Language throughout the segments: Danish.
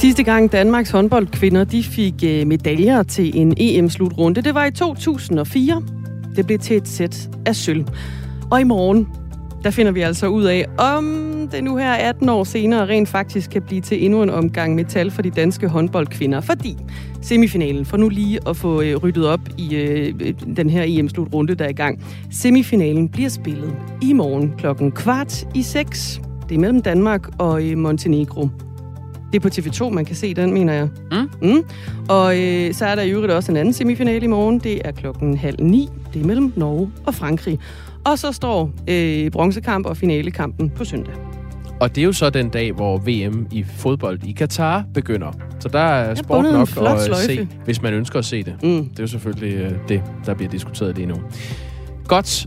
Sidste gang Danmarks håndboldkvinder de fik medaljer til en EM-slutrunde, det var i 2004. Det blev til et sæt af sølv. Og i morgen, der finder vi altså ud af, om det nu her 18 år senere rent faktisk kan blive til endnu en omgang metal for de danske håndboldkvinder. Fordi semifinalen, for nu lige at få ryddet op i den her EM-slutrunde, der er i gang. Semifinalen bliver spillet i morgen 5:15. Det er mellem Danmark og Montenegro. Det er på TV2, man kan se den, mener jeg. Og så er der i øvrigt også en anden semifinale i morgen. Det er 8:30. Det er mellem Norge og Frankrig. Og så står bronzekamp og finalekampen på søndag. Og det er jo så den dag, hvor VM i fodbold i Katar begynder. Så der er sport nok at se, hvis man ønsker at se det. Det er jo selvfølgelig det, der bliver diskuteret lige nu. Godt.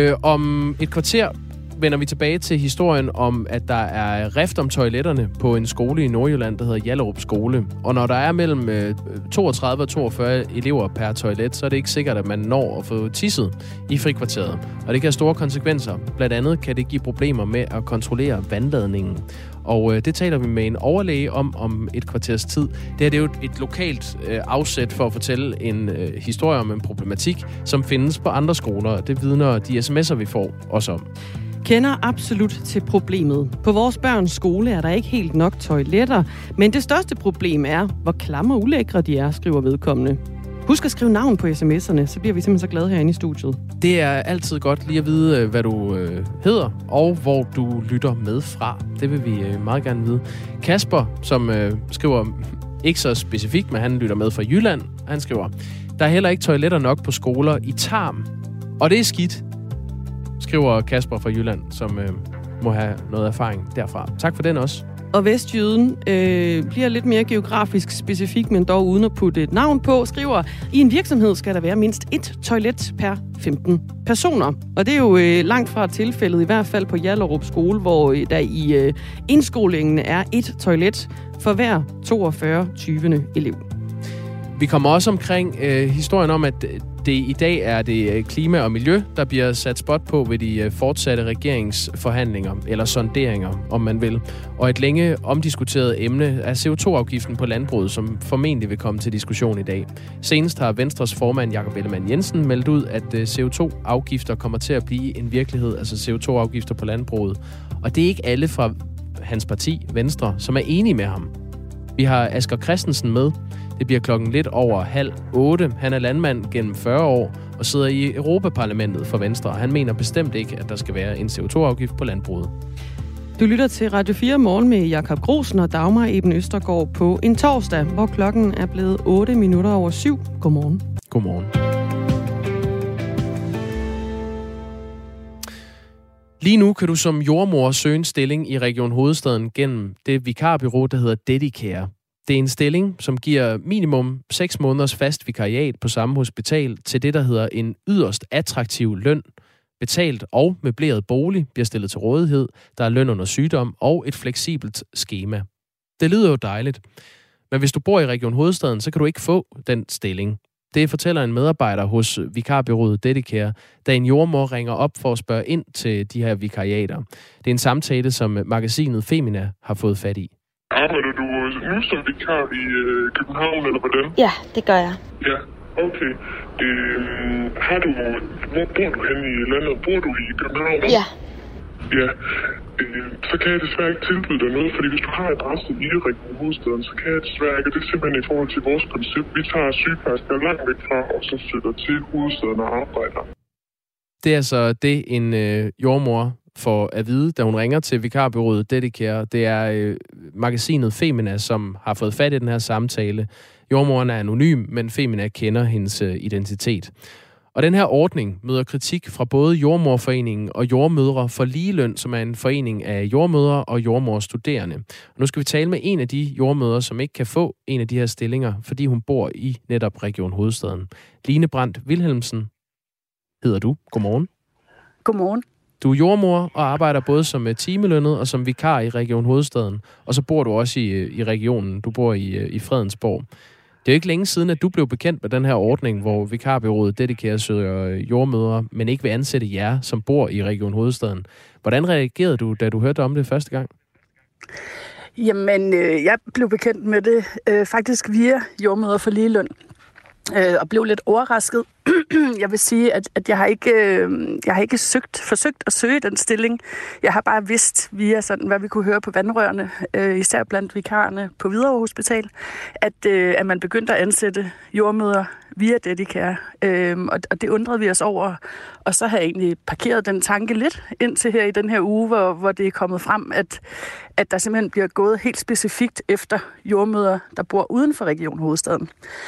Om et kvarter vender vi tilbage til historien om, at der er rift om toiletterne på en skole i Nordjylland, der hedder Hjallerup Skole. Og når der er mellem 32 og 42 elever per toilet, så er det ikke sikkert, at man når at få tisset i frikvarteret. Og det kan have store konsekvenser. Blandt andet kan det give problemer med at kontrollere vandladningen. Og det taler vi med en overlæge om et kvarters tid. Det er jo et lokalt afsæt for at fortælle en historie om en problematik, som findes på andre skoler. Det vidner de sms'er, vi får også om. Kender absolut til problemet. På vores børns skole er der ikke helt nok toiletter, men det største problem er, hvor klamme og ulækre de er, skriver vedkommende. Husk at skrive navn på sms'erne, så bliver vi simpelthen så glade herinde i studiet. Det er altid godt lige at vide, hvad du hedder, og hvor du lytter med fra. Det vil vi meget gerne vide. Kasper, som skriver ikke så specifikt, men han lytter med fra Jylland, han skriver, der er heller ikke toiletter nok på skoler i Tarm, og det er skidt, skriver Kasper fra Jylland, som må have noget erfaring derfra. Tak for den også. Og Vestjyden bliver lidt mere geografisk specifik, men dog uden at putte et navn på, skriver, i en virksomhed skal der være mindst 1 toilet per 15 personer. Og det er jo langt fra tilfældet, i hvert fald på Hjallerup Skole, hvor der i indskolingen er 1 toilet for hver 42. elev. Vi kommer også omkring historien om, at det i dag er det klima og miljø, der bliver sat spot på ved de fortsatte regeringsforhandlinger, eller sonderinger, om man vil. Og et længe omdiskuteret emne er CO2-afgiften på landbruget, som formentlig vil komme til diskussion i dag. Senest har Venstres formand Jakob Ellemann-Jensen meldt ud, at CO2-afgifter kommer til at blive en virkelighed, altså CO2-afgifter på landbruget. Og det er ikke alle fra hans parti, Venstre, som er enige med ham. Vi har Asger Christensen med. Det bliver 7:30. Han er landmand gennem 40 år og sidder i Europaparlamentet for Venstre. Han mener bestemt ikke, at der skal være en CO2-afgift på landbruget. Du lytter til Radio 4 Morgen med Jakob Grosen og Dagmar Eben Østergaard på en torsdag, hvor klokken er blevet 7:08. Godmorgen. Godmorgen. Lige nu kan du som jordmor søge en stilling i Region Hovedstaden gennem det vikarbureau, der hedder Dedicare. Det er en stilling, som giver minimum 6 måneders fast vikariat på samme hospital til det, der hedder en yderst attraktiv løn. Betalt og møbleret bolig bliver stillet til rådighed. Der er løn under sygdom og et fleksibelt skema. Det lyder jo dejligt. Men hvis du bor i Region Hovedstaden, så kan du ikke få den stilling. Det fortæller en medarbejder hos vikarbureauet Dedicare, da en jordmor ringer op for at spørge ind til de her vikariater. Det er en samtale, som magasinet Femina har fået fat i. Arbejder du nu som vikar i København, eller hvordan? Ja, det gør jeg. Ja, okay. Hvor bor du henne i landet? Bor du i København? Ja. Ja, så kan jeg desværre ikke tilbyde dig noget, fordi hvis du har adresse i Region Hovedstaden, så kan jeg desværre ikke, og det er simpelthen i forhold til vores koncept. Vi tager sygeplejersker langt væk fra, og så flytter til hovedstaden og arbejder. Det er altså det, en jordmor får at vide, da hun ringer til vikarbureauet Dedicare. Det er magasinet Femina, som har fået fat i den her samtale. Jordmoren er anonym, men Femina kender hendes identitet. Og den her ordning møder kritik fra både Jordmorforeningen og Jordmødre for Ligeløn, som er en forening af jordmødre og jordmorstuderende. Og nu skal vi tale med en af de jordmødre, som ikke kan få en af de her stillinger, fordi hun bor i netop Region Hovedstaden. Line Brandt Wilhelmsen hedder du. Godmorgen. Godmorgen. Du er jordmor og arbejder både som timelønnet og som vikar i Region Hovedstaden. Og så bor du også i regionen. Du bor i Fredensborg. Det er jo ikke længe siden, at du blev bekendt med den her ordning, hvor vikarbureauet Dedicare søger jordmødre, men ikke vil ansætte jer, som bor i Region Hovedstaden. Hvordan reagerede du, da du hørte om det første gang? Jamen, jeg blev bekendt med det faktisk via Jordemødre for Ligeløn. Og blev lidt overrasket. Jeg vil sige, at jeg har ikke forsøgt at søge den stilling. Jeg har bare vidst via sådan, hvad vi kunne høre på vandrørene, især blandt vikarerne på Hvidovre Hospital, at man begyndte at ansætte jordemødre via Dedicare. Og det undrede vi os over. Og så har jeg egentlig parkeret den tanke lidt indtil her i den her uge, hvor det er kommet frem, at der simpelthen bliver gået helt specifikt efter jordemødre, der bor uden for Region Hovedstaden.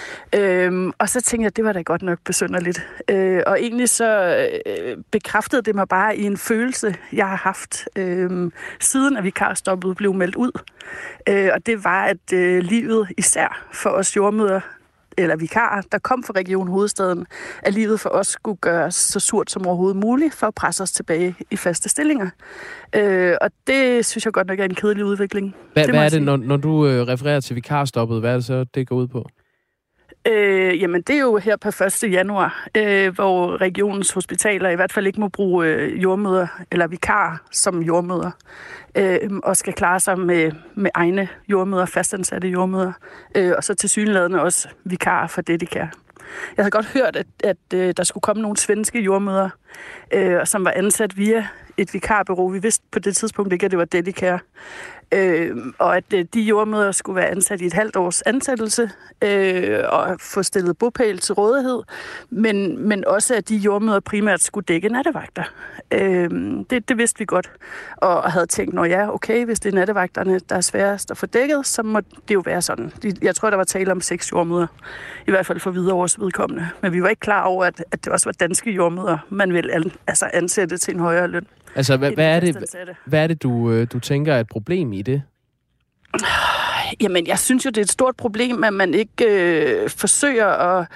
Og så tænkte jeg, at det var da godt nok besynderligt. Og egentlig så bekræftede det mig bare i en følelse, jeg har haft, siden at vikarstoppet blev meldt ud. Og det var, at livet især for os jordemødre, eller vikarer, der kom fra Region Hovedstaden, at livet for os skulle gøres så surt som overhovedet muligt, for at presse os tilbage i faste stillinger. Og det synes jeg godt nok er en kedelig udvikling. Hvad er det, når du refererer til vikarstoppet, hvad er det så, det går ud på? Jamen, det er jo her på 1. januar, hvor regionens hospitaler i hvert fald ikke må bruge jordemødre eller vikarer som jordemødre, og skal klare sig med egne jordemødre, fastansatte jordemødre, og så tilsyneladende også vikarer for Dedicare. Jeg havde godt hørt, at der skulle komme nogle svenske jordemødre, som var ansat via et vikarbureau. Vi vidste på det tidspunkt ikke, at det var Dedicare. Og at de jordemødre skulle være ansat i et halvt års ansættelse og få stillet bopæl til rådighed, men også at de jordemødre primært skulle dække nattevagter. Det vidste vi godt, og havde tænkt, okay, hvis det er nattevagterne, der er sværest at få dækket, så må det jo være sådan. Jeg tror, der var tale om 6 jordemødre, i hvert fald for Hvidovres vedkommende. Men vi var ikke klar over, at det også var danske jordemødre, man ville ansætte til en højere løn. Altså, hvad er det, du tænker er et problem i det? Jamen, jeg synes jo, det er et stort problem, at man ikke forsøger at...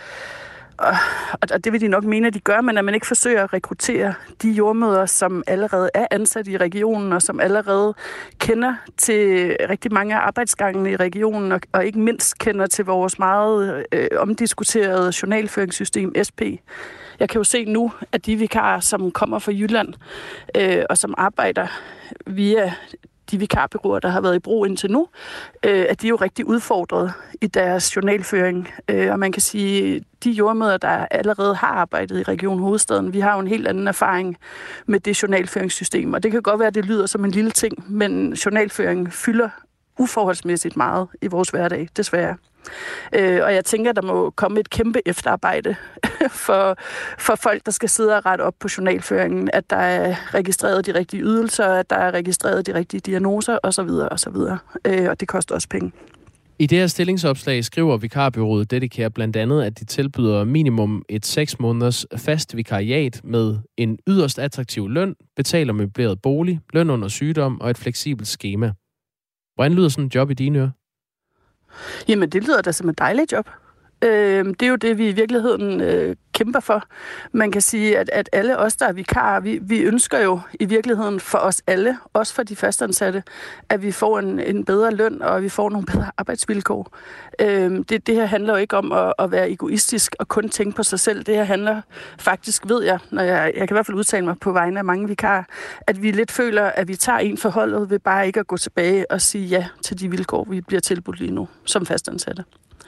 Og det vil de nok mene, at de gør, men at man ikke forsøger at rekruttere de jordemødre, som allerede er ansat i regionen, og som allerede kender til rigtig mange af arbejdsgangene i regionen, og ikke mindst kender til vores meget omdiskuterede journalføringssystem, SP. Jeg kan jo se nu, at de vikarer, som kommer fra Jylland, og som arbejder via de vikarbureauer, der har været i brug indtil nu, at de er jo rigtig udfordret i deres journalføring. Og man kan sige, de jordemødre, der allerede har arbejdet i Region Hovedstaden, vi har jo en helt anden erfaring med det journalføringssystem. Og det kan godt være, at det lyder som en lille ting, men journalføring fylder uforholdsmæssigt meget i vores hverdag, desværre. Og jeg tænker, der må komme et kæmpe efterarbejde for folk, der skal sidde og rette op på journalføringen, at der er registreret de rigtige ydelser, at der er registreret de rigtige diagnoser osv. osv. Og det koster også penge. I det her stillingsopslag skriver vikarbureauet Dedicare blandt andet, at de tilbyder minimum et 6 måneders fast vikariat med en yderst attraktiv løn, betaler møbleret bolig, løn under sygdom og et fleksibelt skema. Hvordan lyder sådan et job i dine ører? Jamen, det lyder da som et dejligt job. Det er jo det, vi i virkeligheden kæmper for. Man kan sige, at alle os, der er vikarer, vi ønsker jo i virkeligheden for os alle, også for de fastansatte, at vi får en bedre løn, og at vi får nogle bedre arbejdsvilkår. Det her handler jo ikke om at være egoistisk og kun tænke på sig selv. Det her handler faktisk, ved jeg, når jeg kan i hvert fald udtale mig på vegne af mange vikarer, at vi lidt føler, at vi tager en forholdet ved bare ikke at gå tilbage og sige ja til de vilkår, vi bliver tilbudt lige nu som fastansatte.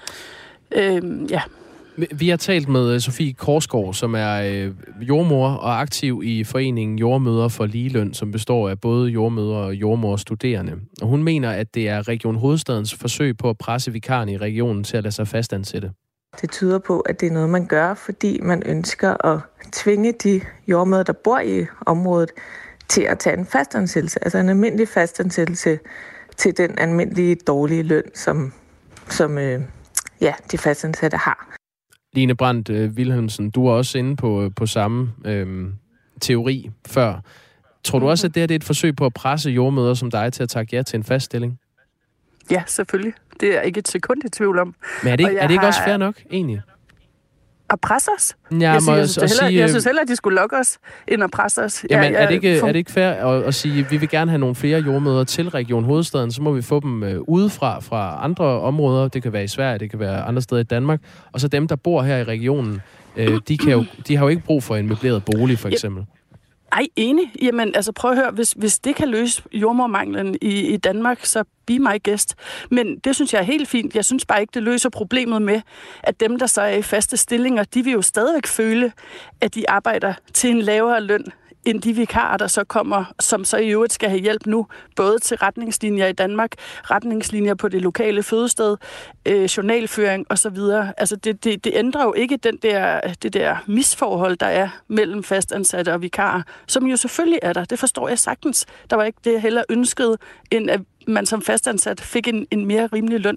Ja. Vi har talt med Sofie Korsgaard, som er jordmor og aktiv i foreningen Jordemødre for Ligeløn, som består af både jordmødre og jordmorstuderende. Og hun mener, at det er Region Hovedstadens forsøg på at presse vikarerne i regionen til at lade sig fastansætte. Det tyder på, at det er noget, man gør, fordi man ønsker at tvinge de jordmødre, der bor i området, til at tage en fastansættelse. Altså en almindelig fastansættelse til den almindelige dårlige løn, som de fastansatte har. Line Brandt Wilhelmsen, du er også inde på samme teori før. Tror du også, at det er et forsøg på at presse jordemødre som dig til at takke ja til en fast stilling? Ja, selvfølgelig. Det er ikke et sekund i tvivl om. Men er det ikke også fair nok, egentlig? At presse os? Ja, jeg synes hellere, at de skulle lokke os, end at presse os. Jamen, er det ikke fair at sige, at vi vil gerne have nogle flere jordemødre til Region Hovedstaden, så må vi få dem udefra fra andre områder. Det kan være i Sverige, det kan være andre steder i Danmark. Og så dem, der bor her i regionen, de har jo ikke brug for en møbleret bolig, for eksempel. Ej, enig. Jamen, altså prøv at høre, hvis det kan løse jordmormanglen i Danmark, så be my guest. Men det synes jeg er helt fint. Jeg synes bare ikke, det løser problemet med, at dem, der så er i faste stillinger, de vil jo stadigvæk føle, at de arbejder til en lavere løn, end de vikarer, der så kommer, som så i øvrigt skal have hjælp nu, både til retningslinjer i Danmark, retningslinjer på det lokale fødested, journalføring osv. Altså det ændrer jo ikke det der misforhold, der er mellem fastansatte og vikarer, som jo selvfølgelig er der. Det forstår jeg sagtens. Der var ikke det heller ønsket, end at man som fastansat fik en mere rimelig løn.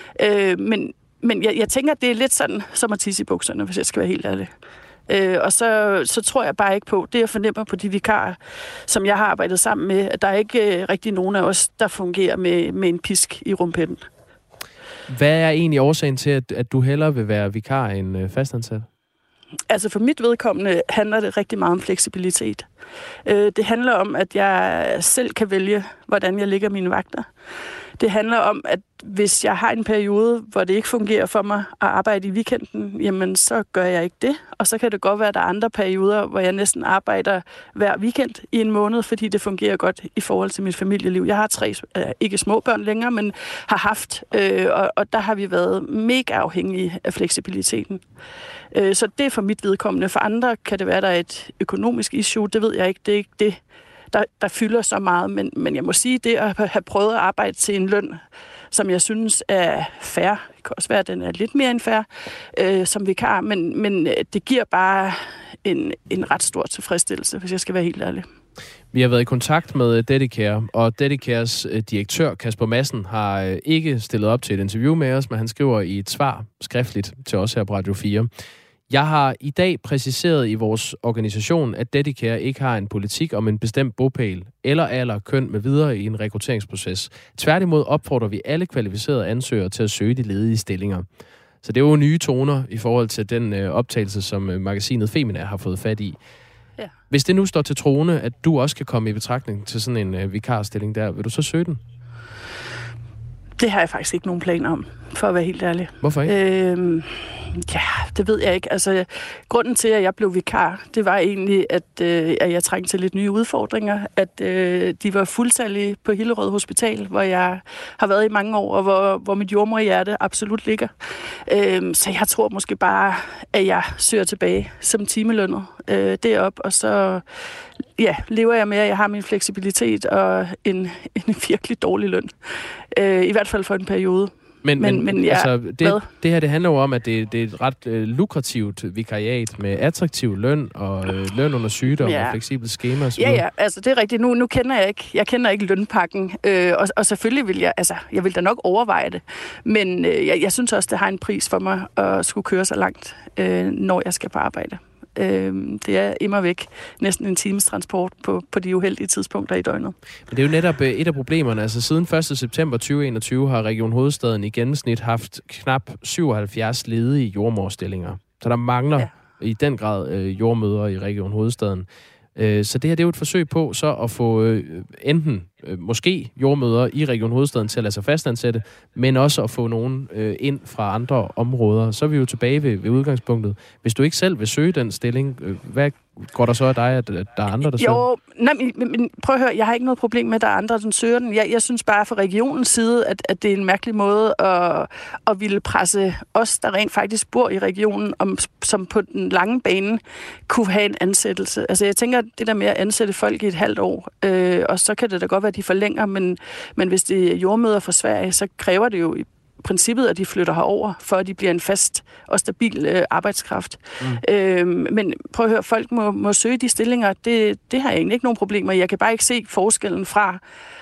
Men jeg tænker, at det er lidt sådan, som at tisse i bukserne, hvis jeg skal være helt ærlig. Og så tror jeg bare ikke på, det jeg fornemmer på de vikarer, som jeg har arbejdet sammen med, at der er ikke rigtig nogen af os, der fungerer med en pisk i rumpetten. Hvad er egentlig årsagen til, at du hellere vil være vikar end fastansat? Altså for mit vedkommende handler det rigtig meget om fleksibilitet. Det handler om, at jeg selv kan vælge, hvordan jeg lægger mine vagter. Det handler om, at hvis jeg har en periode, hvor det ikke fungerer for mig at arbejde i weekenden, jamen så gør jeg ikke det. Og så kan det godt være, at der er andre perioder, hvor jeg næsten arbejder hver weekend i en måned, fordi det fungerer godt i forhold til mit familieliv. Jeg har 3, ikke små børn længere, men har haft, og der har vi været mega afhængige af fleksibiliteten. Så det er for mit vedkommende. For andre kan det være, der er et økonomisk issue. Det ved jeg ikke. Det er ikke det, der fylder så meget. Men jeg må sige, det at have prøvet at arbejde til en løn, som jeg synes er fair. Det kan også være, at den er lidt mere end fair som vikar. Men det giver bare en ret stor tilfredsstillelse, hvis jeg skal være helt ærlig. Vi har været i kontakt med Dedicare, og Dedicares direktør Kasper Madsen har ikke stillet op til et interview med os, men han skriver i et svar skriftligt til os her på Radio 4. Jeg har i dag præciseret i vores organisation, at Dedicare ikke har en politik om en bestemt bopæl eller alder, køn med videre i en rekrutteringsproces. Tværtimod opfordrer vi alle kvalificerede ansøgere til at søge de ledige stillinger. Så det er jo nye toner i forhold til den optagelse, som magasinet Femina har fået fat i. Ja. Hvis det nu står til troende, at du også kan komme i betragtning til sådan en vikarstilling der, vil du så søge den? Det har jeg faktisk ikke nogen planer om, for at være helt ærlig. Hvorfor ikke? Ja, det ved jeg ikke. Altså, grunden til, at jeg blev vikar, det var egentlig, at jeg trængte til lidt nye udfordringer. At de var fuldtallige på Hillerød Hospital, hvor jeg har været i mange år, og hvor mit jordmorhjerte absolut ligger. Så jeg tror måske bare, at jeg søger tilbage som timelønnet derop, og så lever jeg med, at jeg har min fleksibilitet og en virkelig dårlig løn. I hvert fald for en periode. Men ja, altså, det her, det handler jo om, at det er et ret lukrativt vikariat med attraktiv løn og løn under sygdom og fleksibelt skema osv. Ja, altså det er rigtigt. Nu kender jeg kender ikke lønpakken, og selvfølgelig vil jeg vil da nok overveje det, men jeg synes også, det har en pris for mig at skulle køre så langt, når jeg skal på arbejde. Det er immervæk næsten en times transport på de uheldige tidspunkter i døgnet. Men det er jo netop et af problemerne. Altså siden 1. september 2021 har Region Hovedstaden i gennemsnit haft knap 77 ledige jordemoderstillinger. Så der mangler i den grad jordemødre i Region Hovedstaden. Så det her, det er jo et forsøg på så at få enten måske jordemødre i Region Hovedstaden til at lade sig fastansætte, men også at få nogen ind fra andre områder. Så er vi jo tilbage ved udgangspunktet. Hvis du ikke selv vil søge den stilling, hvad går der så af dig, at der er andre, der søger? Jo, men prøv at høre, jeg har ikke noget problem med, at der er andre, der søger den. Jeg synes bare fra regionens side, at det er en mærkelig måde at ville presse os, der rent faktisk bor i regionen, som på den lange bane kunne have en ansættelse. Altså jeg tænker, det der med at ansætte folk i et halvt år, og så kan det da godt være, at de forlænger, men hvis det er jordemødre fra Sverige, så kræver det jo i princippet, at de flytter herover, for at de bliver en fast og stabil arbejdskraft. Men prøv at høre, folk må søge de stillinger. Det har jeg egentlig ikke nogen problemer. Jeg kan bare ikke se forskellen fra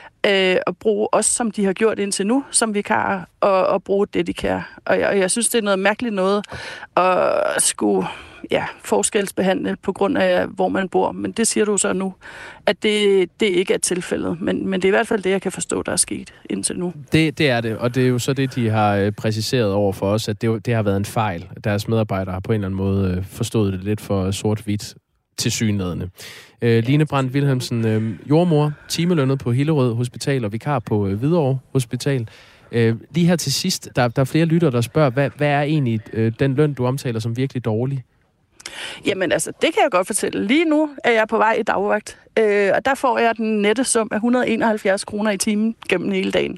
at bruge os, som de har gjort indtil nu, som vikarer, og bruge Dedicare. Og jeg synes, det er noget mærkeligt noget at skulle forskelsbehandle på grund af, hvor man bor. Men det siger du så nu, at det ikke er tilfældet. Men det er i hvert fald det, jeg kan forstå, der er sket indtil nu. Det er det, og det er jo så det, de har præciseret over for os, at det har været en fejl. Deres medarbejdere har på en eller anden måde forstået det lidt for sort-hvidt tilsyneladende. Line Brandt Wilhelmsen, jordmor, timelønnet på Hillerød Hospital og vikar på Hvidovre Hospital. Lige her til sidst, der er flere lyttere, der spørger, hvad er egentlig den løn, du omtaler som virkelig dårlig? Jamen altså, det kan jeg godt fortælle. Lige nu er jeg på vej i dagvagt, og der får jeg den nette sum af 171 kroner i timen gennem hele dagen.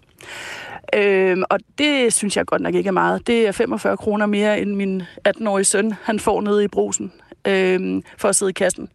Og det synes jeg godt nok ikke er meget. Det er 45 kroner mere end min 18-årige søn, han får nede i Brugsen for at sidde i kassen.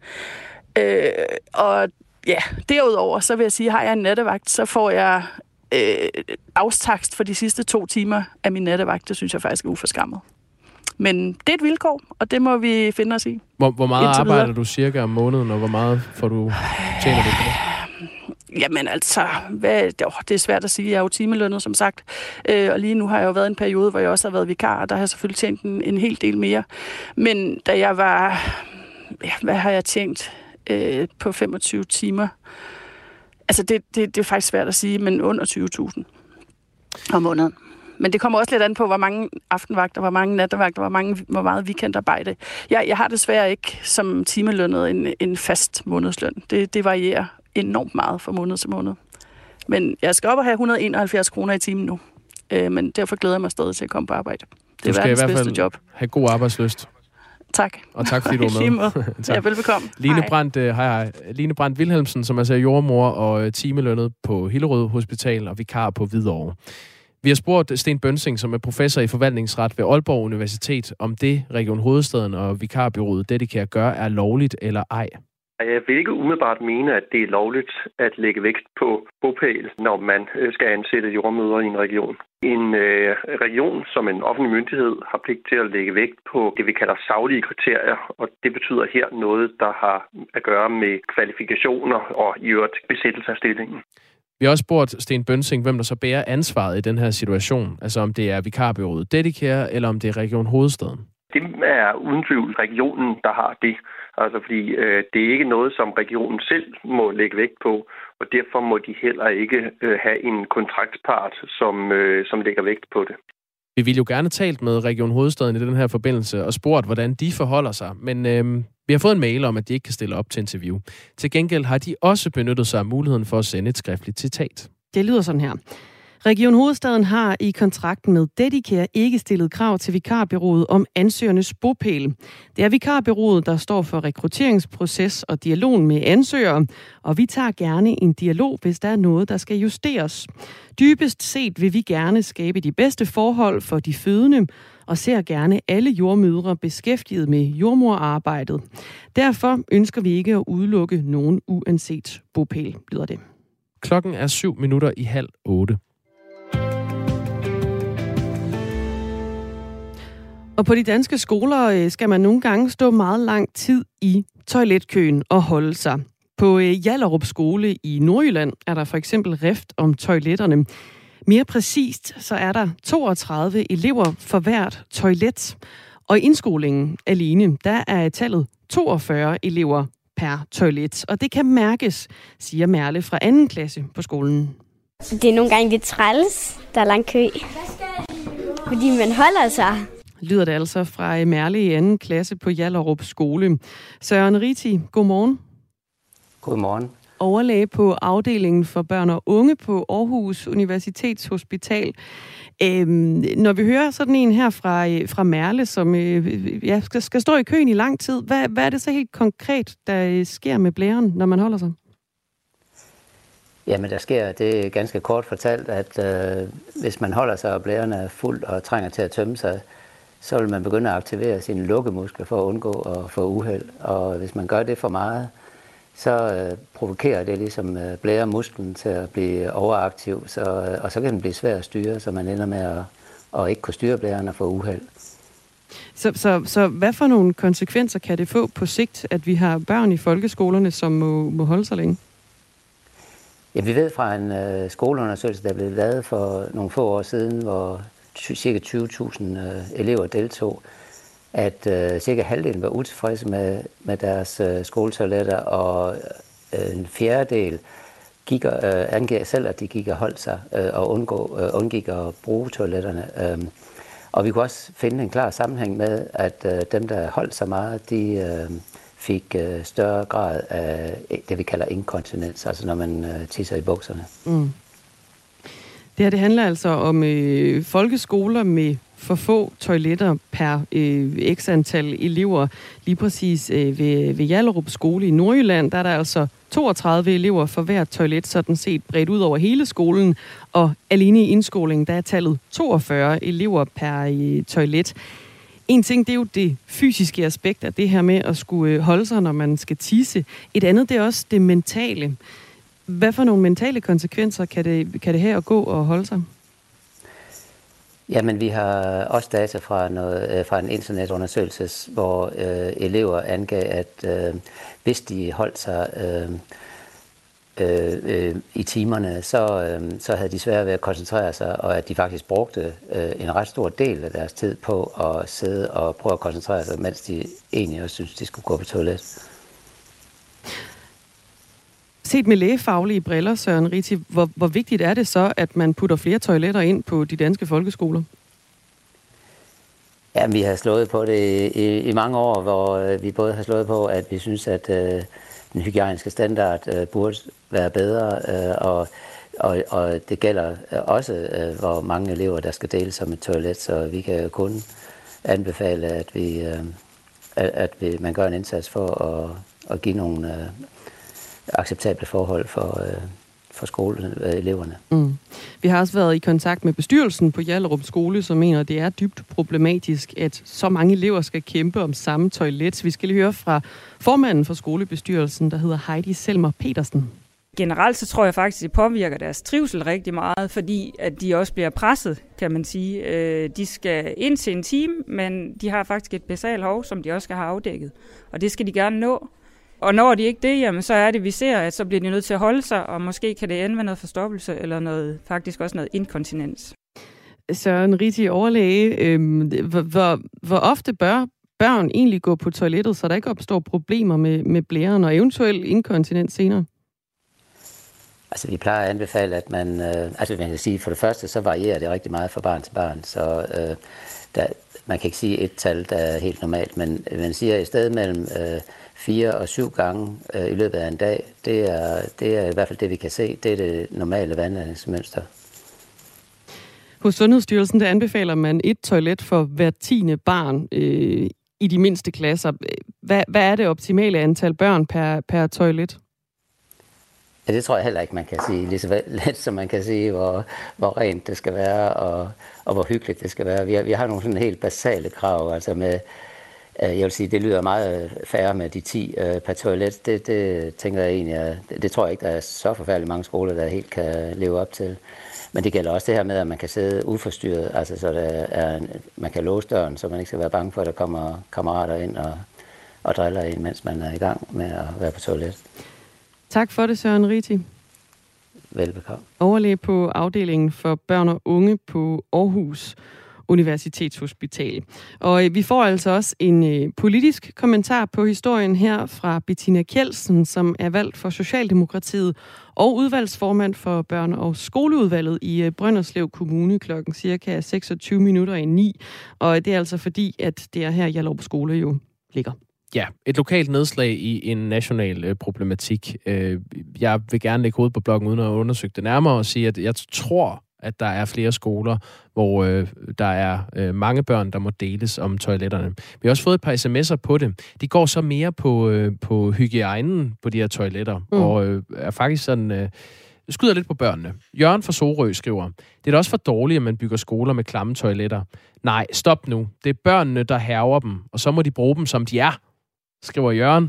Og ja, derudover, så vil jeg sige, har jeg en nattevagt, så får jeg dagstakst for de sidste 2 timer af min nattevagt. Det synes jeg faktisk er uforskammet. Men det er et vilkår, og det må vi finde os i. Hvor meget arbejder du cirka om måneden, og hvor meget tjener du på det? Jamen altså, det er svært at sige. Jeg er jo timelønnet, som sagt. Og lige nu har jeg jo været en periode, hvor jeg også har været vikar, og der har jeg selvfølgelig tjent en hel del mere. Men da jeg var... Ja, hvad har jeg tjent på 25 timer? Altså, det er faktisk svært at sige, men under 20.000 om måneden. Men det kommer også lidt an på, hvor mange aftenvagter, hvor mange nattevagter, hvor meget weekendarbejde. Jeg har desværre ikke som timelønnet en fast månedsløn. Det varierer enormt meget fra måned til måned. Men jeg skal op og have 171 kroner i timen nu. Men derfor glæder jeg mig stadig til at komme på arbejde. Det er verdens bedste job. Have god arbejdslyst. Tak. Og tak fordi du var med. Ja, velbekomme. Line Brandt Wilhelmsen, som er jordmor og timelønnet på Hillerød Hospital og vikar på Hvidovre. Vi har spurgt Sten Bønsing, som er professor i forvaltningsret ved Aalborg Universitet, om det Region Hovedstaden og vikarbureauet Dedicare gør er lovligt eller ej. Jeg vil ikke umiddelbart mene, at det er lovligt at lægge vægt på bopæl, når man skal ansætte jordmødre i en region. En region som en offentlig myndighed har pligt til at lægge vægt på det, vi kalder saglige kriterier, og det betyder her noget, der har at gøre med kvalifikationer og i øvrigt besættelse af stillingen. Vi har også spurgt Sten Bønsing, hvem der så bærer ansvaret i den her situation. Altså om det er vikarbureauet Dedicare, eller om det er Region Hovedstaden. Det er uden tvivl regionen, der har det. Altså fordi det er ikke noget, som regionen selv må lægge vægt på, og derfor må de heller ikke have en kontraktpart, som lægger vægt på det. Vi ville jo gerne talt med Region Hovedstaden i den her forbindelse og spurgt, hvordan de forholder sig, men vi har fået en mail om, at de ikke kan stille op til interview. Til gengæld har de også benyttet sig af muligheden for at sende et skriftligt citat. Det lyder sådan her. Region Hovedstaden har i kontrakten med Dedicare ikke stillet krav til vikarbureauet om ansøgernes bopæl. Det er vikarbureauet, der står for rekrutteringsproces og dialogen med ansøgere, og vi tager gerne en dialog, hvis der er noget, der skal justeres. Dybest set vil vi gerne skabe de bedste forhold for de fødende, og ser gerne alle jordmødre beskæftiget med jordmorarbejdet. Derfor ønsker vi ikke at udelukke nogen uanset bopæl, lyder det. Klokken er 7:07. Og på de danske skoler skal man nogle gange stå meget lang tid i toiletkøen og holde sig. På Hjallerup skole i Nordjylland er der for eksempel rift om toiletterne. Mere præcist så er der 32 elever for hvert toilet. Og i indskolingen alene, der er tallet 42 elever per toilet. Og det kan mærkes, siger Merle fra 2. klasse på skolen. Det er nogle gange lidt træls, der er lang kø. Fordi man holder sig. Lyder det altså fra Merle i 2. klasse på Hjallerup skole. Søren Riti, godmorgen. Godmorgen. Overlæge på afdelingen for børn og unge på Aarhus Universitetshospital. Når vi hører sådan en her fra Merle, som skal stå i køen i lang tid, hvad er det så helt konkret, der sker med blæren, når man holder sig? Jamen, der sker det ganske kort fortalt, at hvis man holder sig, og blæren er fuld og trænger til at tømme sig, så vil man begynde at aktivere sine lukkemuskler for at undgå at få uheld. Og hvis man gør det for meget, så provokerer det ligesom blæremusklen til at blive overaktiv, og så kan den blive svær at styre, så man ender med at ikke kunne styre blæren og få uheld. Så hvad for nogle konsekvenser kan det få på sigt, at vi har børn i folkeskolerne, som må holde sig længe? Ja, vi ved fra en skoleundersøgelse, der blev lavet for nogle få år siden, hvor ca. 20.000 elever deltog, at cirka halvdelen var utilfredse med deres skoletoiletter, og en fjerdedel angav selv, at de gik og holdt sig og undgik at bruge toiletterne. Og vi kunne også finde en klar sammenhæng med, at dem, der holdt sig meget, de fik større grad af det, vi kalder inkontinens, altså når man tisser i bukserne. Mm. Det handler altså om folkeskoler med for få toiletter per x antal elever. Lige præcis ved Hjallerup skole i Nordjylland, der er der altså 32 elever for hvert toilet, sådan set bredt ud over hele skolen. Og alene i indskolingen, der er tallet 42 elever per toilet. En ting, det er jo det fysiske aspekt af det her med at skulle holde sig, når man skal tisse. Et andet, det er også det mentale. Hvad for nogle mentale konsekvenser kan det have at gå og holde sig? Jamen, vi har også data fra en internetundersøgelse, hvor elever angav, at hvis de holdt sig i timerne, så havde de svært ved at koncentrere sig, og at de faktisk brugte en ret stor del af deres tid på at sidde og prøve at koncentrere sig, mens de egentlig også synes, de skulle gå på toilet. Set med lægefaglige briller, Søren Rithi, hvor vigtigt er det så, at man putter flere toiletter ind på de danske folkeskoler? Ja, vi har slået på det i mange år, hvor vi både har slået på, at vi synes, at den hygiejniske standard burde være bedre, og det gælder også, hvor mange elever, der skal deles som et toilet, så vi kan kun anbefale, at man gør en indsats for at give nogle acceptable forhold for skoleeleverne. Vi har også været i kontakt med bestyrelsen på Hjallerup skole, som mener, at det er dybt problematisk, at så mange elever skal kæmpe om samme toilet. Vi skal lige høre fra formanden for skolebestyrelsen, der hedder Heidi Selmer Petersen. Generelt så tror jeg faktisk, at det påvirker deres trivsel rigtig meget, fordi at de også bliver presset, kan man sige. De skal ind til en time, men de har faktisk et basalt behov, som de også skal have afdækket. Og det skal de gerne nå. Og når de ikke det, jamen, så er det, vi ser, at så bliver de nødt til at holde sig, og måske kan det ende med noget forstoppelse, eller faktisk også noget inkontinens. Søren Rithi, overlæge, hvor ofte bør børn egentlig gå på toilettet, så der ikke opstår problemer med blæren og eventuelt inkontinens senere? Altså, vi plejer at anbefale, at man kan sige, for det første, så varierer det rigtig meget fra barn til barn, så man kan ikke sige et tal, der er helt normalt, men man siger i stedet mellem 4 og 7 gange i løbet af en dag. Det er i hvert fald det, vi kan se. Det er det normale vandladningsmønster. Hos Sundhedsstyrelsen der anbefaler man et toilet for hvert 10. barn i de mindste klasser. Hvad er det optimale antal børn per toilet? Ja, det tror jeg heller ikke, man kan sige. Lige så let, som man kan sige, hvor rent det skal være, og hvor hyggeligt det skal være. Vi har nogle sådan helt basale krav, altså med... Jeg vil sige, det lyder meget færre med de 10 per toilet. Det tænker jeg egentlig, det tror jeg ikke, der er så forfærdeligt mange skoler, der helt kan leve op til. Men det gælder også det her med, at man kan sidde uforstyrret, altså så man kan låse døren, så man ikke skal være bange for, at der kommer kammerater ind og driller en, mens man er i gang med at være på toilet. Tak for det, Søren Rithi. Velbekomme. Overlæge på afdelingen for børn og unge på Aarhus Universitetshospital. Og vi får altså også en politisk kommentar på historien her fra Bettina Kjeldsen, som er valgt for Socialdemokratiet og udvalgsformand for børne- og skoleudvalget i Brønderslev Kommune klokken cirka 26:09. Og det er altså fordi, at det er her Hjallerup skole jo ligger. Ja, et lokalt nedslag i en national problematik. Jeg vil gerne lægge hovedet på blokken uden at undersøge det nærmere og sige, at jeg tror, at der er flere skoler, hvor der er mange børn, der må deles om toiletterne. Vi har også fået et par sms'er på det. De går så mere på hygiejnen på de her toiletter, og er faktisk sådan... skyder lidt på børnene. Jørgen fra Sorø skriver, det er da også for dårligt, at man bygger skoler med klamme toiletter. Nej, stop nu. Det er børnene, der hærger dem, og så må de bruge dem, som de er, skriver Jørgen.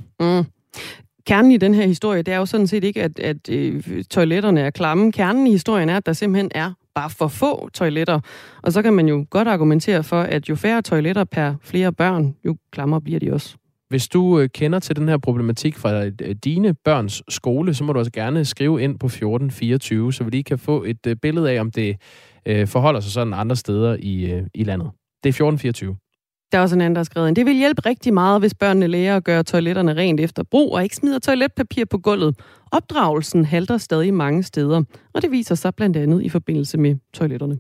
Kernen i den her historie, det er jo sådan set ikke, at toiletterne er klamme. Kernen i historien er, at der simpelthen er bare for få toiletter. Og så kan man jo godt argumentere for, at jo færre toiletter per flere børn, jo klammere bliver de også. Hvis du kender til den her problematik fra dine børns skole, så må du også gerne skrive ind på 1424, så vi lige kan få et billede af, om det forholder sig sådan andre steder i landet. Det er 1424. Der er også en anden, der har skrevet ind. Det vil hjælpe rigtig meget, hvis børnene lærer at gøre toiletterne rent efter brug, og ikke smider toiletpapir på gulvet. Opdragelsen halter stadig mange steder, og det viser sig blandt andet i forbindelse med toiletterne.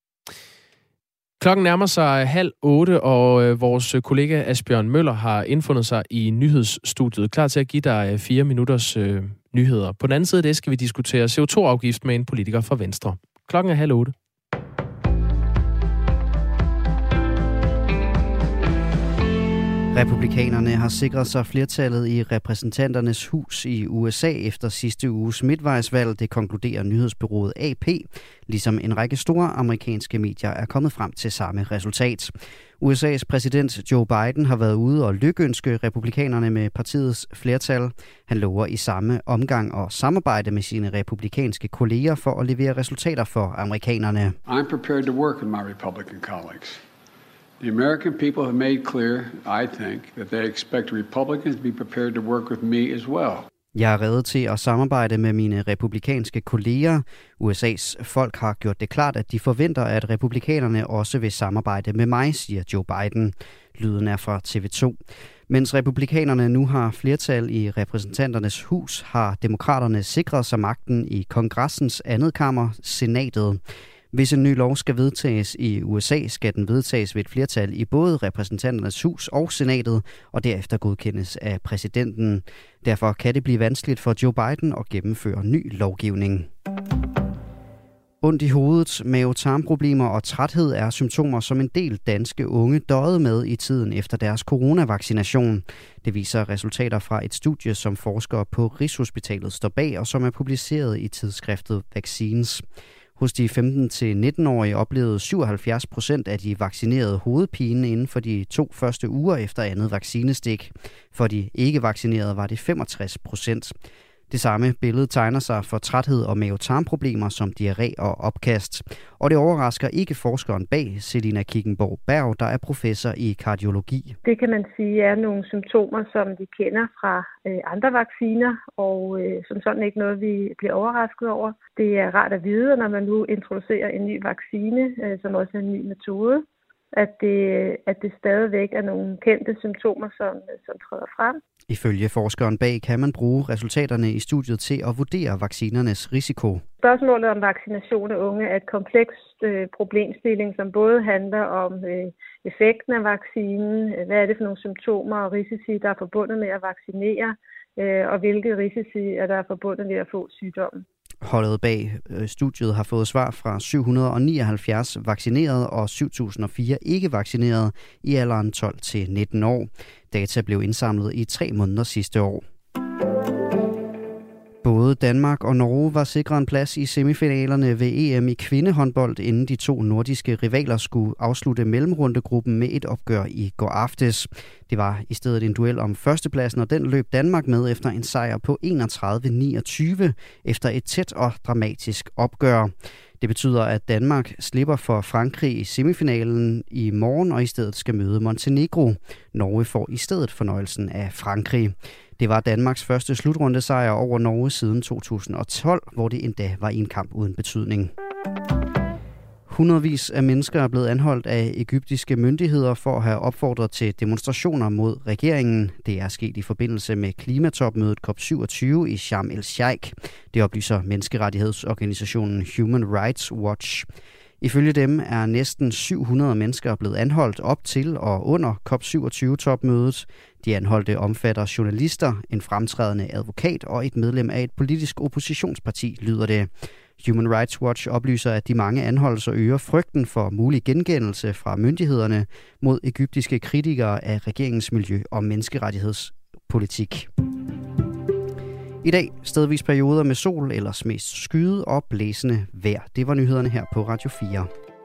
Klokken nærmer sig 7:30, og vores kollega Asbjørn Møller har indfundet sig i nyhedsstudiet, klar til at give dig 4 minutters nyheder. På den anden side af det skal vi diskutere CO2-afgift med en politiker fra Venstre. Klokken er 7:30. Republikanerne har sikret sig flertallet i repræsentanternes hus i USA efter sidste uges midtvejsvalg, det konkluderer nyhedsbureauet AP, ligesom en række store amerikanske medier er kommet frem til samme resultat. USA's præsident Joe Biden har været ude og lykønske republikanerne med partiets flertal. Han lover i samme omgang at samarbejde med sine republikanske kolleger for at levere resultater for amerikanerne. I'm prepared to work with my Republican colleagues. The American people have made clear, I think, that they expect Republicans to be prepared to work with me as well. Jeg er rede til at samarbejde med mine republikanske kolleger. USA's folk har gjort det klart, at de forventer, at republikanerne også vil samarbejde med mig, siger Joe Biden. Lyden er fra TV2. Mens republikanerne nu har flertal i repræsentanternes hus, har demokraterne sikret sig magten i kongressens andet kammer, senatet. Hvis en ny lov skal vedtages i USA, skal den vedtages ved et flertal i både repræsentanternes hus og senatet, og derefter godkendes af præsidenten. Derfor kan det blive vanskeligt for Joe Biden at gennemføre ny lovgivning. Ondt i hovedet, mave-tarmproblemer og træthed er symptomer, som en del danske unge døjede med i tiden efter deres coronavaccination. Det viser resultater fra et studie, som forskere på Rigshospitalet står bag, og som er publiceret i tidsskriftet Vaccines. Hos de 15-19-årige oplevede 77% af de vaccinerede hovedpine inden for de 2 første uger efter andet vaccinestik. For de ikke-vaccinerede var det 65%. Det samme billede tegner sig for træthed og mave-tarmproblemer som diarré og opkast. Og det overrasker ikke forskeren bag, Selina Kickenborg Berg, der er professor i kardiologi. Det kan man sige er nogle symptomer, som vi kender fra andre vacciner, og som sådan ikke noget, vi bliver overrasket over. Det er rart at vide, når man nu introducerer en ny vaccine, som også er en ny metode, at det stadigvæk er nogle kendte symptomer, som træder frem. Ifølge forskeren bag kan man bruge resultaterne i studiet til at vurdere vaccinernes risiko. Spørgsmålet om vaccination af unge er et komplekst problemstilling, som både handler om effekten af vaccinen, hvad er det for nogle symptomer og risici, der er forbundet med at vaccinere, og hvilke risici er der forbundet med at få sygdommen. Holdet bag studiet har fået svar fra 779 vaccinerede og 7.004 ikke-vaccinerede i alderen 12-19 år. Data blev indsamlet i 3 måneder sidste år. Både Danmark og Norge var sikret en plads i semifinalerne ved EM i kvindehåndbold, inden de 2 nordiske rivaler skulle afslutte mellemrundegruppen med et opgør i går aftes. Det var i stedet en duel om førstepladsen, og den løb Danmark med efter en sejr på 31-29 efter et tæt og dramatisk opgør. Det betyder, at Danmark slipper for Frankrig i semifinalen i morgen og i stedet skal møde Montenegro. Norge får i stedet fornøjelsen af Frankrig. Det var Danmarks første slutrundesejr over Norge siden 2012, hvor det endda var i en kamp uden betydning. Hundredvis af mennesker er blevet anholdt af egyptiske myndigheder for at have opfordret til demonstrationer mod regeringen. Det er sket i forbindelse med klimatopmødet COP27 i Sharm el-Sheikh. Det oplyser menneskerettighedsorganisationen Human Rights Watch. Ifølge dem er næsten 700 mennesker blevet anholdt op til og under COP27-topmødet. De anholdte omfatter journalister, en fremtrædende advokat og et medlem af et politisk oppositionsparti, lyder det. Human Rights Watch oplyser, at de mange anholdelser øger frygten for mulig gengældelse fra myndighederne mod egyptiske kritikere af regeringens miljø- og menneskerettighedspolitik. I dag stedvis perioder med sol, ellers mest skyet og blæsende vejr. Det var nyhederne her på Radio 4.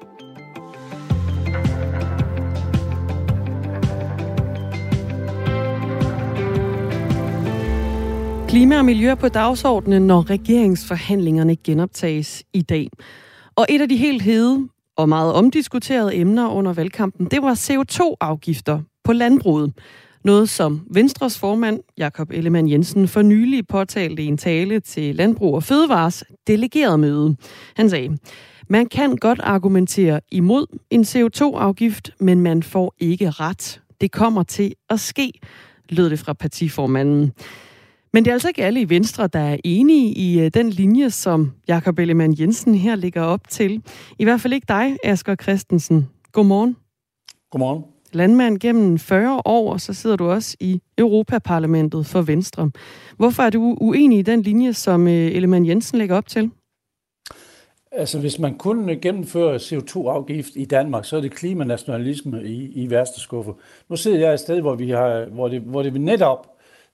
Klima og miljø på dagsordenen, når regeringsforhandlingerne genoptages i dag. Og et af de helt hede og meget omdiskuterede emner under valgkampen, det var CO2-afgifter på landbruget. Noget, som Venstres formand, Jakob Ellemann-Jensen, for nylig påtalte i en tale til Landbrug og Fødevares delegerede møde. Han sagde, man kan godt argumentere imod en CO2-afgift, men man får ikke ret. Det kommer til at ske, lød det fra partiformanden. Men det er altså ikke alle i Venstre, der er enige i den linje, som Jakob Ellemann-Jensen her lægger op til. I hvert fald ikke dig, Asger Christensen. Godmorgen. Godmorgen. Landmand gennem 40 år, og så sidder du også i Europaparlamentet for Venstre. Hvorfor er du uenig i den linje, som Ellemann-Jensen lægger op til? Altså, hvis man kun gennemfører CO2-afgift i Danmark, så er det klimanationalisme i værste skuffe. Nu sidder jeg et sted, hvor det vi netop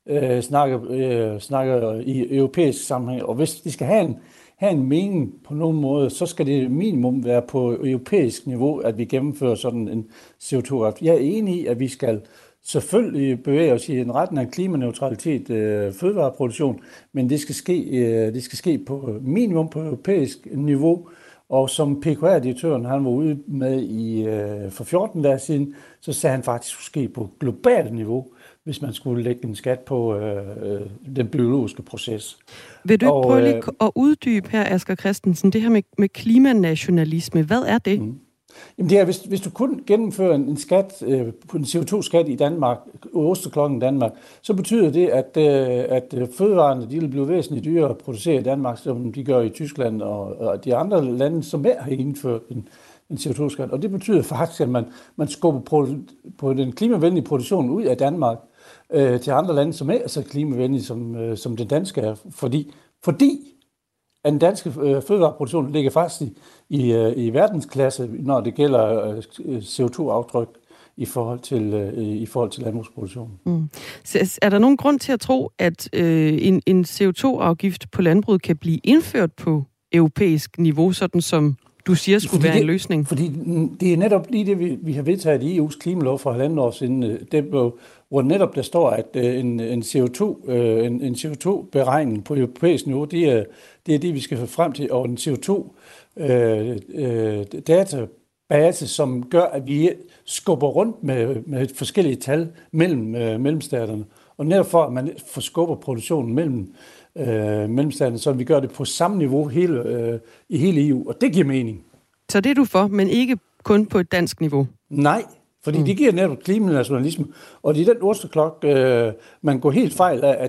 snakker i europæisk sammenhæng, og hvis de skal have en mening på nogen måde, så skal det minimum være på europæisk niveau, at vi gennemfører sådan en CO2-afgift. Jeg er enig i, at vi skal selvfølgelig bevæge os i en retning af klimaneutralitet fødevareproduktion, men det skal ske på minimum på europæisk niveau, og som PKR-direktøren han var ude med for 14 dage siden, så sagde han faktisk, at det skulle ske på globalt niveau, hvis man skulle lægge en skat på den biologiske proces. Vil du ikke prøve lige at uddybe her, Asger Christensen, det her med klimanationalisme? Hvad er det? Jamen det er, hvis du kun gennemfører en skat, en CO2-skat i Danmark, osteklokken i Danmark, så betyder det, at fødevarene de vil blive væsentligt dyrere at producere i Danmark, som de gør i Tyskland og de andre lande, som har indført en CO2-skat. Og det betyder faktisk, at man skubber på den klimavenlige produktion ud af Danmark til andre lande, som er så klimavenlige, som den danske er. Fordi at den danske fødevareproduktion ligger faktisk i verdensklasse, når det gælder CO2-aftryk i forhold til landbrugsproduktionen. Så er der nogen grund til at tro, at en CO2-afgift på landbruget kan blive indført på europæisk niveau, sådan som du siger skulle være en løsning? Fordi det er netop lige det, vi har vedtaget i EU's klimalov for 1,5 år siden. Hvor netop der står, at en CO2-beregning på europæisk niveau, det er det, vi skal få frem til, og en CO2-database, som gør, at vi skubber rundt med forskellige tal mellem staterne. Og netop for, at man forskubber produktionen mellem staterne, så vi gør det på samme niveau i hele EU, og det giver mening. Så det er du for, men ikke kun på et dansk niveau? Nej. Fordi det giver netop klimanationalisme, og det er den osteklok, man går helt fejl af,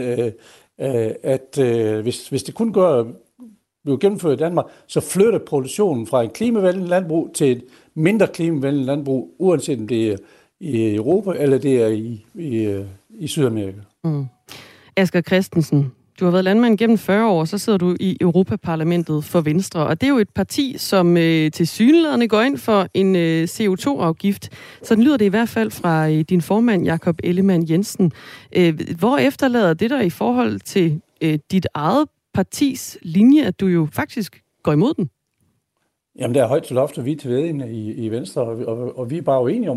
at hvis det kun bliver gennemført i Danmark, så flytter produktionen fra et klimavenligt landbrug til et mindre klimavenligt landbrug, uanset om det er i Europa eller det er i Sydamerika. Asger Christensen, du har været landmand gennem 40 år, så sidder du i Europaparlamentet for Venstre, og det er jo et parti, som tilsyneladende går ind for en CO2-afgift. Sådan lyder det i hvert fald fra din formand, Jakob Ellemann-Jensen. Hvor efterlader det dig i forhold til dit eget partis linje, at du jo faktisk går imod den? Jamen, der er højt til loft, og vi er til vedende i Venstre, og vi er bare uenige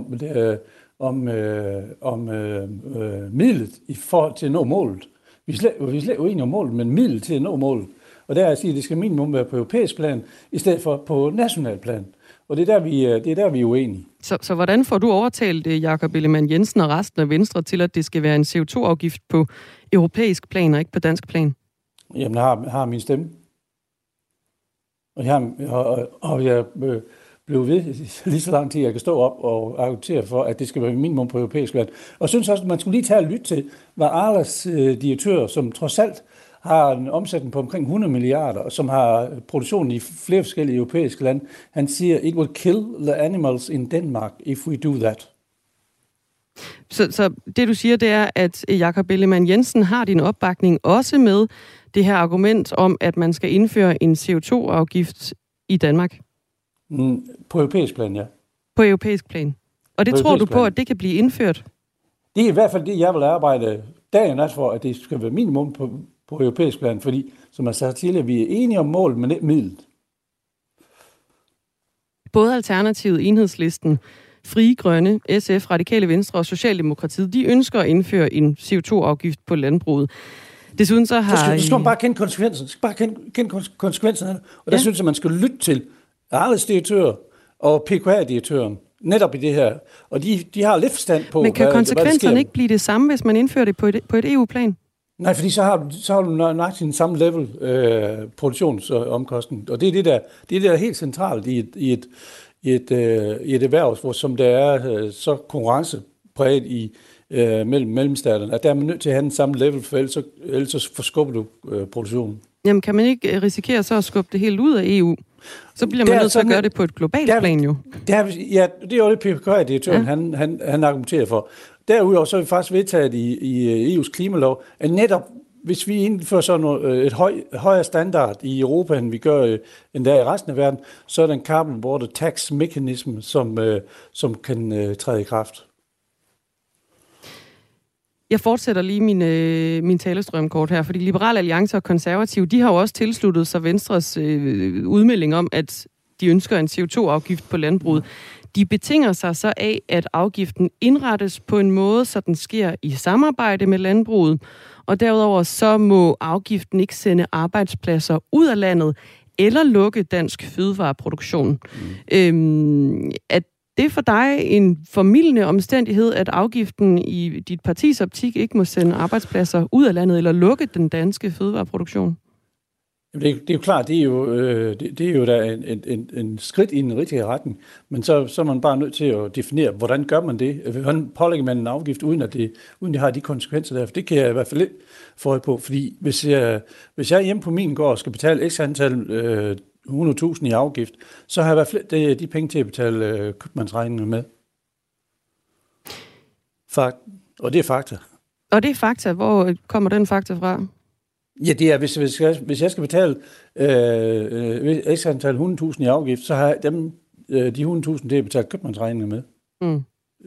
om midlet i forhold til at nå målet. Vi er slet uenige om målet, men middel til at nå målet. Og der er at sige, at det skal minimum være på europæisk plan, i stedet for på national plan. Og det er der, vi er uenige. Så hvordan får du overtalt Jakob Ellemann-Jensen og resten af Venstre til, at det skal være en CO2-afgift på europæisk plan og ikke på dansk plan? Jamen, jeg har min stemme. Og jeg blev ved lige så lang tid, jeg kan stå op og argumentere for, at det skal være minimum på europæisk land. Og jeg synes også, at man skulle lige tage og lytte til, hvad Arlas direktør, som trods alt har en omsætning på omkring 100 milliarder, og som har produktion i flere forskellige europæiske lande, han siger, it will kill the animals in Denmark if we do that. Så det, du siger, det er, at Jakob Ellemann-Jensen har din opbakning også med det her argument om, at man skal indføre en CO2-afgift i Danmark? På europæisk plan, ja. På europæisk plan. Og det tror du på, at det kan blive indført? Det er i hvert fald det, jeg vil arbejde dagen efter for, at det skal være minimum på europæisk plan, fordi, som jeg sagde tidligere, vi er enige om mål, men ikke midlet. Både Alternativet, Enhedslisten, Frie Grønne, SF, Radikale Venstre og Socialdemokratiet, de ønsker at indføre en CO2-afgift på landbruget. Desuden så har... Du skal bare kende konsekvenserne. Og der synes jeg, man skal lytte til Arles direktør og PKR-direktøren netop i det her. Og de har lidt forstand på, men kan konsekvenserne ikke blive det samme, hvis man indfører det på et EU-plan? Nej, fordi så har du nøjagtigt den samme level produktionsomkostning. Og det er det der er helt centralt i et erhverv, som der er så konkurrencepræget mellem mellemstaterne, at der er man nødt til at have den samme level, for ellers så forskubber du produktionen. Jamen, kan man ikke risikere så at skubbe det helt ud af EU? Så bliver man nødt til at gøre det på et globalt plan jo. Det er jo det, PKR-direktøren han argumenterer for. Derudover så er vi faktisk vedtaget i EU's klimalov, at netop hvis vi indfører sådan et højere standard i Europa, end vi gør endda i resten af verden, så er der en carbon border tax mechanism, som kan træde i kraft. Jeg fortsætter lige min talestrømkort her, fordi Liberal Alliance og Konservative, de har jo også tilsluttet sig Venstres udmelding om, at de ønsker en CO2-afgift på landbruget. De betinger sig så af, at afgiften indrettes på en måde, så den sker i samarbejde med landbruget, og derudover så må afgiften ikke sende arbejdspladser ud af landet eller lukke dansk fødevareproduktion. At det for dig en formildende omstændighed, at afgiften i dit partis optik ikke må sende arbejdspladser ud af landet eller lukke den danske fødevareproduktion? Det er jo klart, det er jo da en skridt i den rigtige retning, men så er man bare nødt til at definere, hvordan gør man det? Hvordan pålægger man en afgift, uden det har de konsekvenser der? For det kan jeg i hvert fald lidt få øje på, fordi hvis jeg er hjemme på min gård og skal betale x antal 100.000 i afgift, så har jeg i hvert fald de penge til at betale købmandsregninger med. Og det er fakta. Og det er fakta. Hvor kommer den fakta fra? Ja, det er, hvis jeg skal betale x antal 100.000 i afgift, så har jeg de 100.000 til at betale købmandsregninger med. Mm.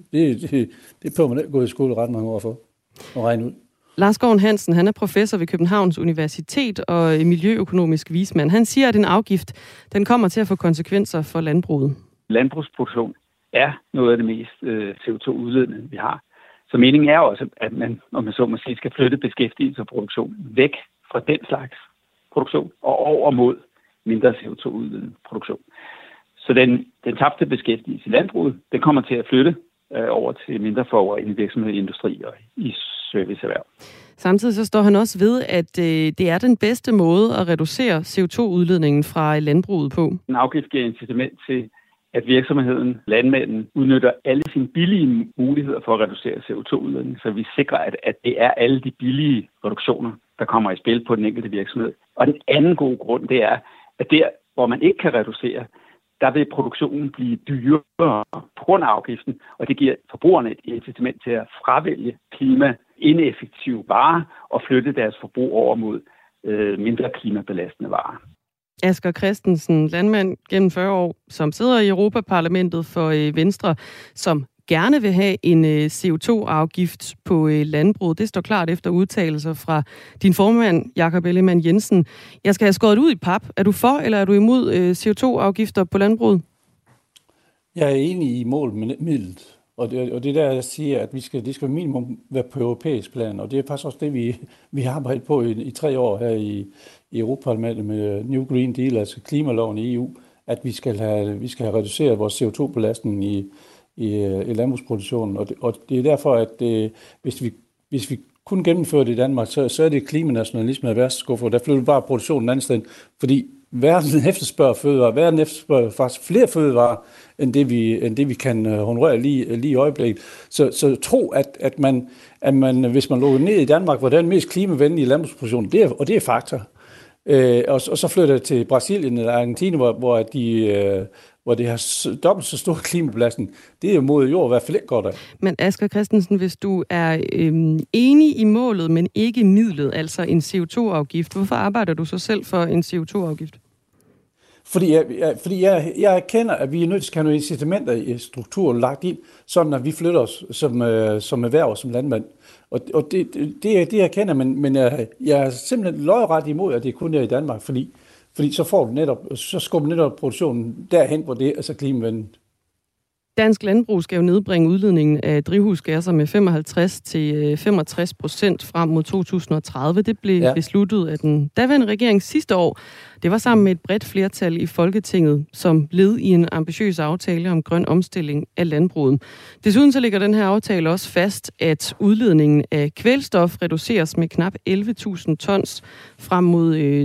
Det prøver man ikke gå i skole ret mange år for at regne ud. Lars Gården Hansen, han er professor ved Københavns Universitet og miljøøkonomisk vismand. Han siger, at en afgift, den kommer til at få konsekvenser for landbruget. Landbrugsproduktion er noget af det mest CO2-udledende, vi har. Så meningen er også, at man, om man så må sige, skal flytte beskæftigelse og produktion væk fra den slags produktion og over mod mindre CO2-udledende produktion. Så den tabte beskæftigelse i landbruget, den kommer til at flytte over til mindre forurenende virksomhed i industri og i serviceerhverv. Samtidig så står han også ved, at det er den bedste måde at reducere CO2-udledningen fra landbruget på. En afgift giver incitament til, at virksomheden, landmænden, udnytter alle sine billige muligheder for at reducere CO2-udledningen, så vi sikrer, at det er alle de billige reduktioner, der kommer i spil på den enkelte virksomhed. Og den anden gode grund, det er, at der, hvor man ikke kan reducere, der vil produktionen blive dyrere på grund af afgiften, og det giver forbrugerne et incitament til at fravælge klimaineffektive varer og flytte deres forbrug over mod mindre klimabelastende varer. Asger Christensen, landmand gennem 40 år, som sidder i Europaparlamentet for Venstre, som gerne vil have en CO2-afgift på landbruget. Det står klart efter udtalelser fra din formand, Jakob Ellemann-Jensen. Jeg skal have skåret ud i pap. Er du for, eller er du imod CO2-afgifter på landbruget? Jeg er enig i mål med midlet. Og det er der, jeg siger, at det skal minimum være på europæisk plan. Og det er faktisk også det, vi har arbejdet på i 3 år her i Europaparlamentet med New Green Deal, altså klimaloven i EU, at vi skal have reduceret vores CO2-belastning i landbrugsproduktionen. Og det er derfor, at hvis vi kun gennemfører det i Danmark, så er det klimanationalisme af værste skuffer. Der flytter bare produktionen anden sted, fordi verden efterspørger fødevarer. Verden efterspørger faktisk flere fødevarer, end det vi kan honorere lige i øjeblikket. Så tro, at man, hvis man lukker ned i Danmark, hvor det er den mest klimavenlige landbrugsproduktion, og det er fakta. Og så flytter det til Brasilien eller Argentina, hvor det har dobbelt så stor klimabelastning. Det er jo mod jord i hvert fald ikke godt af. Men Asger Christensen, hvis du er enig i målet, men ikke midlet, altså en CO2-afgift, hvorfor arbejder du så selv for en CO2-afgift? Fordi jeg erkender, at vi er nødt til at have nogle incitamenter i strukturen lagt ind, sådan at vi flytter os som erhverv og som landmand. Og det erkender, men jeg er simpelthen lodret imod, at det kun er i Danmark, fordi så skubber netop produktionen derhen, hvor det er så klimavenligt. Dansk landbrug skal jo nedbringe udledningen af drivhusgasser med 55-65% frem mod 2030. Det blev besluttet af den daværende regering sidste år. Det var sammen med et bredt flertal i Folketinget, som led i en ambitiøs aftale om grøn omstilling af landbruget. Desuden så ligger den her aftale også fast, at udledningen af kvælstof reduceres med knap 11.000 tons frem mod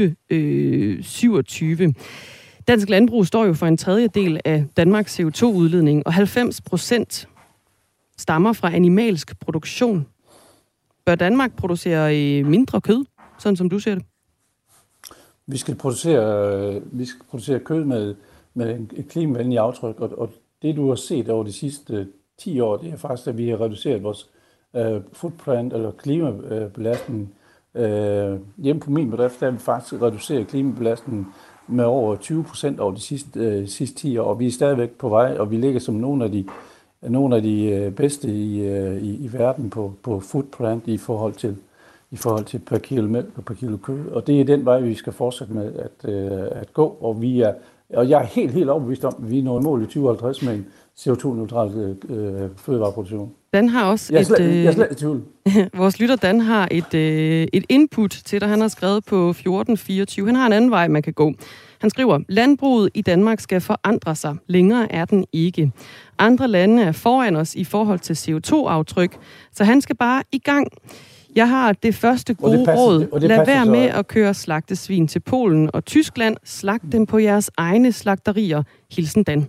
2027. Dansk landbrug står jo for en tredjedel af Danmarks CO2-udledning, og 90% stammer fra animalsk produktion. Bør Danmark producere mindre kød, sådan som du ser det? Vi skal producere kød med et klimavenlig aftryk, og det du har set over de sidste 10 år, det er faktisk, at vi har reduceret vores footprint eller klimabelastning Hjemme på min bedrift, der har vi faktisk reduceret klimabelastningen med over 20% over de sidste 10 år, og vi er stadigvæk på vej, og vi ligger som nogle af de bedste i verden på footprint i forhold til per kilo mælk og per kilo kød. Og det er den vej, vi skal fortsætte med at gå, og jeg er helt overbevist om, at vi når i mål i 2050 med en CO2-neutral fødevareproduktion. Dan har også jeg er slet i tvivl. Vores lytter Dan har et input til dig. Han har skrevet på 1424. Han har en anden vej, man kan gå. Han skriver, landbruget i Danmark skal forandre sig. Længere er den ikke. Andre lande er foran os i forhold til CO2-aftryk, så han skal bare i gang. Jeg har det første gode råd. Lad være med at køre slagtesvin til Polen og Tyskland. Slagt dem på jeres egne slagterier. Hilsen Dan.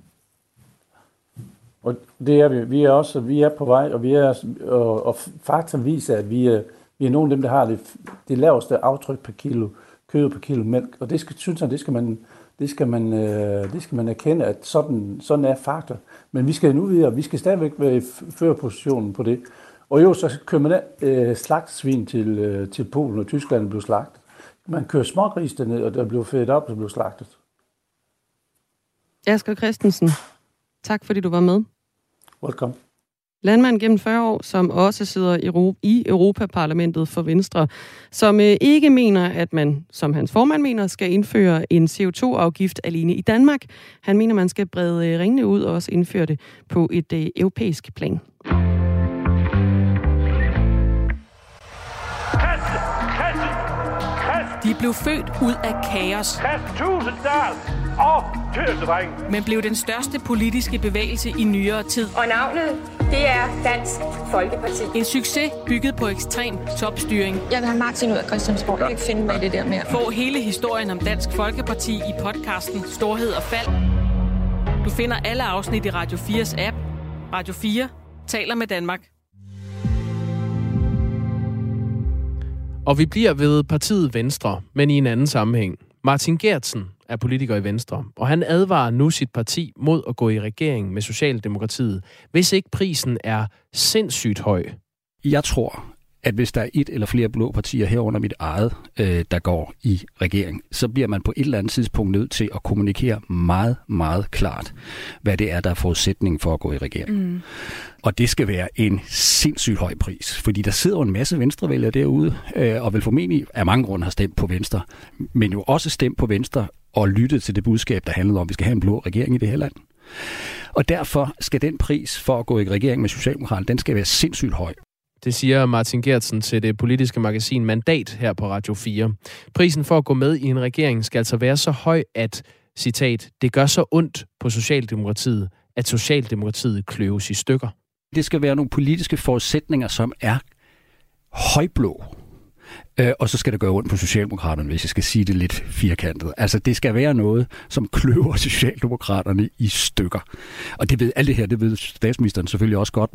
Og det er vi. Vi er på vej, og fakta viser, at vi er nogle af dem, der har det laveste aftryk per kilo kød og per kilo mælk. Og det skal man erkende, at sådan er fakta. Men vi skal nu videre. Vi skal stadigvæk være i førerpositionen på det. Og jo, så kører man slagtsvin til Polen og Tyskland og bliver slagtet. Man kører smågris derned, og der bliver fedt op og bliver slagtet. Asger Christensen, tak fordi du var med. Welcome. Landmand gennem 40 år, som også sidder i Europaparlamentet for Venstre, som ikke mener, at man, som hans formand mener, skal indføre en CO2-afgift alene i Danmark. Han mener, man skal brede ringene ud og også indføre det på et europæisk plan. De blev født ud af kaos. Men blev den største politiske bevægelse i nyere tid. Og navnet, det er Dansk Folkeparti. En succes bygget på ekstrem topstyring. Jeg vil have Martin ud af Christiansborg. Jeg kan ikke finde mig i det der mere. Få hele historien om Dansk Folkeparti i podcasten Storhed og Fald. Du finder alle afsnit i Radio 4's app. Radio 4 taler med Danmark. Og vi bliver ved partiet Venstre, men i en anden sammenhæng. Martin Geertsen er politiker i Venstre, og han advarer nu sit parti mod at gå i regering med Socialdemokratiet, hvis ikke prisen er sindssygt høj. Jeg tror, at hvis der er et eller flere blå partier herunder mit eget, der går i regering, så bliver man på et eller andet tidspunkt nødt til at kommunikere meget, meget klart, hvad det er, der er forudsætningen for at gå i regering. Mm. Og det skal være en sindssygt høj pris, fordi der sidder en masse venstrevælgere derude, og vel formentlig af mange grunde har stemt på Venstre, men jo også stemt på Venstre og lyttet til det budskab, der handler om, at vi skal have en blå regering i det her land. Og derfor skal den pris for at gå i regering med Socialdemokraterne, den skal være sindssygt høj. Det siger Martin Geertsen til det politiske magasin Mandat her på Radio 4. Prisen for at gå med i en regering skal altså være så høj, at, citat, det gør så ondt på Socialdemokratiet, at Socialdemokratiet kløves i stykker. Det skal være nogle politiske forudsætninger, som er højblå. Og så skal det gøre ondt på Socialdemokraterne, hvis jeg skal sige det lidt firkantet. Altså, det skal være noget, som kløver Socialdemokraterne i stykker. Og alt det her, det ved statsministeren selvfølgelig også godt,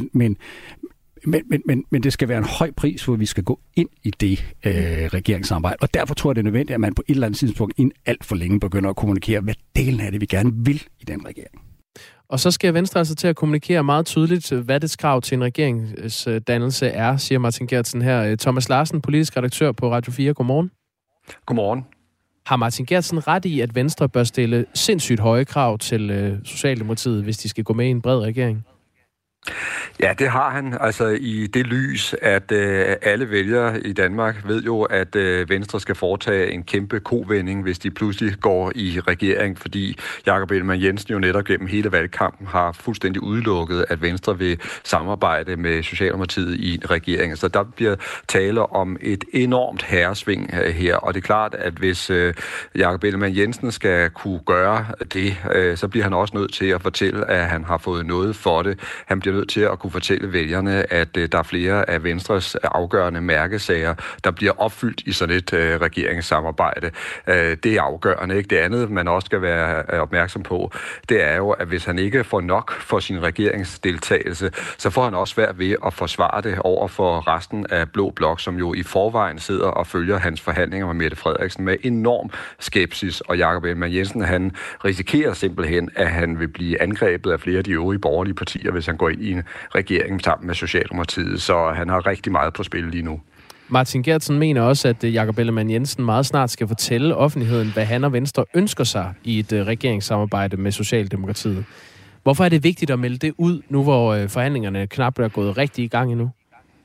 men det skal være en høj pris, hvor vi skal gå ind i det regeringssamarbejde. Og derfor tror jeg, det er nødvendigt, at man på et eller andet tidspunkt inden alt for længe begynder at kommunikere, hvad delen af det, vi gerne vil i den regering. Og så skal Venstre altså til at kommunikere meget tydeligt, hvad det krav til en regeringsdannelse er, siger Martin Geertsen her. Thomas Larsen, politisk redaktør på Radio 4. Godmorgen. Godmorgen. Har Martin Geertsen ret i, at Venstre bør stille sindssygt høje krav til Socialdemokratiet, hvis de skal gå med i en bred regering? Ja, det har han. Altså i det lys, at alle vælgere i Danmark ved jo, at Venstre skal foretage en kæmpe kovending, hvis de pludselig går i regering, fordi Jakob Ellemann-Jensen jo netop gennem hele valgkampen har fuldstændig udelukket, at Venstre vil samarbejde med Socialdemokratiet i en regering. Så der bliver tale om et enormt herresving her, og det er klart, at hvis Jakob Ellemann-Jensen skal kunne gøre det, så bliver han også nødt til at fortælle, at han har fået noget for det. Han bliver nødt til at kunne fortælle vælgerne, at der er flere af Venstres afgørende mærkesager, der bliver opfyldt i sådan et regeringssamarbejde. Det er afgørende, ikke? Det andet, man også skal være opmærksom på, det er jo, at hvis han ikke får nok for sin regeringsdeltagelse, så får han også svært ved at forsvare det over for resten af Blå Blok, som jo i forvejen sidder og følger hans forhandlinger med Mette Frederiksen med enorm skepsis. Og Jakob Ellemann-Jensen, han risikerer simpelthen, at han vil blive angrebet af flere af de øvrige borgerlige partier, hvis han går ind i en regering sammen med Socialdemokratiet, så han har rigtig meget på spil lige nu. Martin Geertsen mener også, at Jakob Ellemann-Jensen meget snart skal fortælle offentligheden, hvad han og Venstre ønsker sig i et regeringssamarbejde med Socialdemokratiet. Hvorfor er det vigtigt at melde det ud, nu hvor forhandlingerne knap er gået rigtig i gang endnu?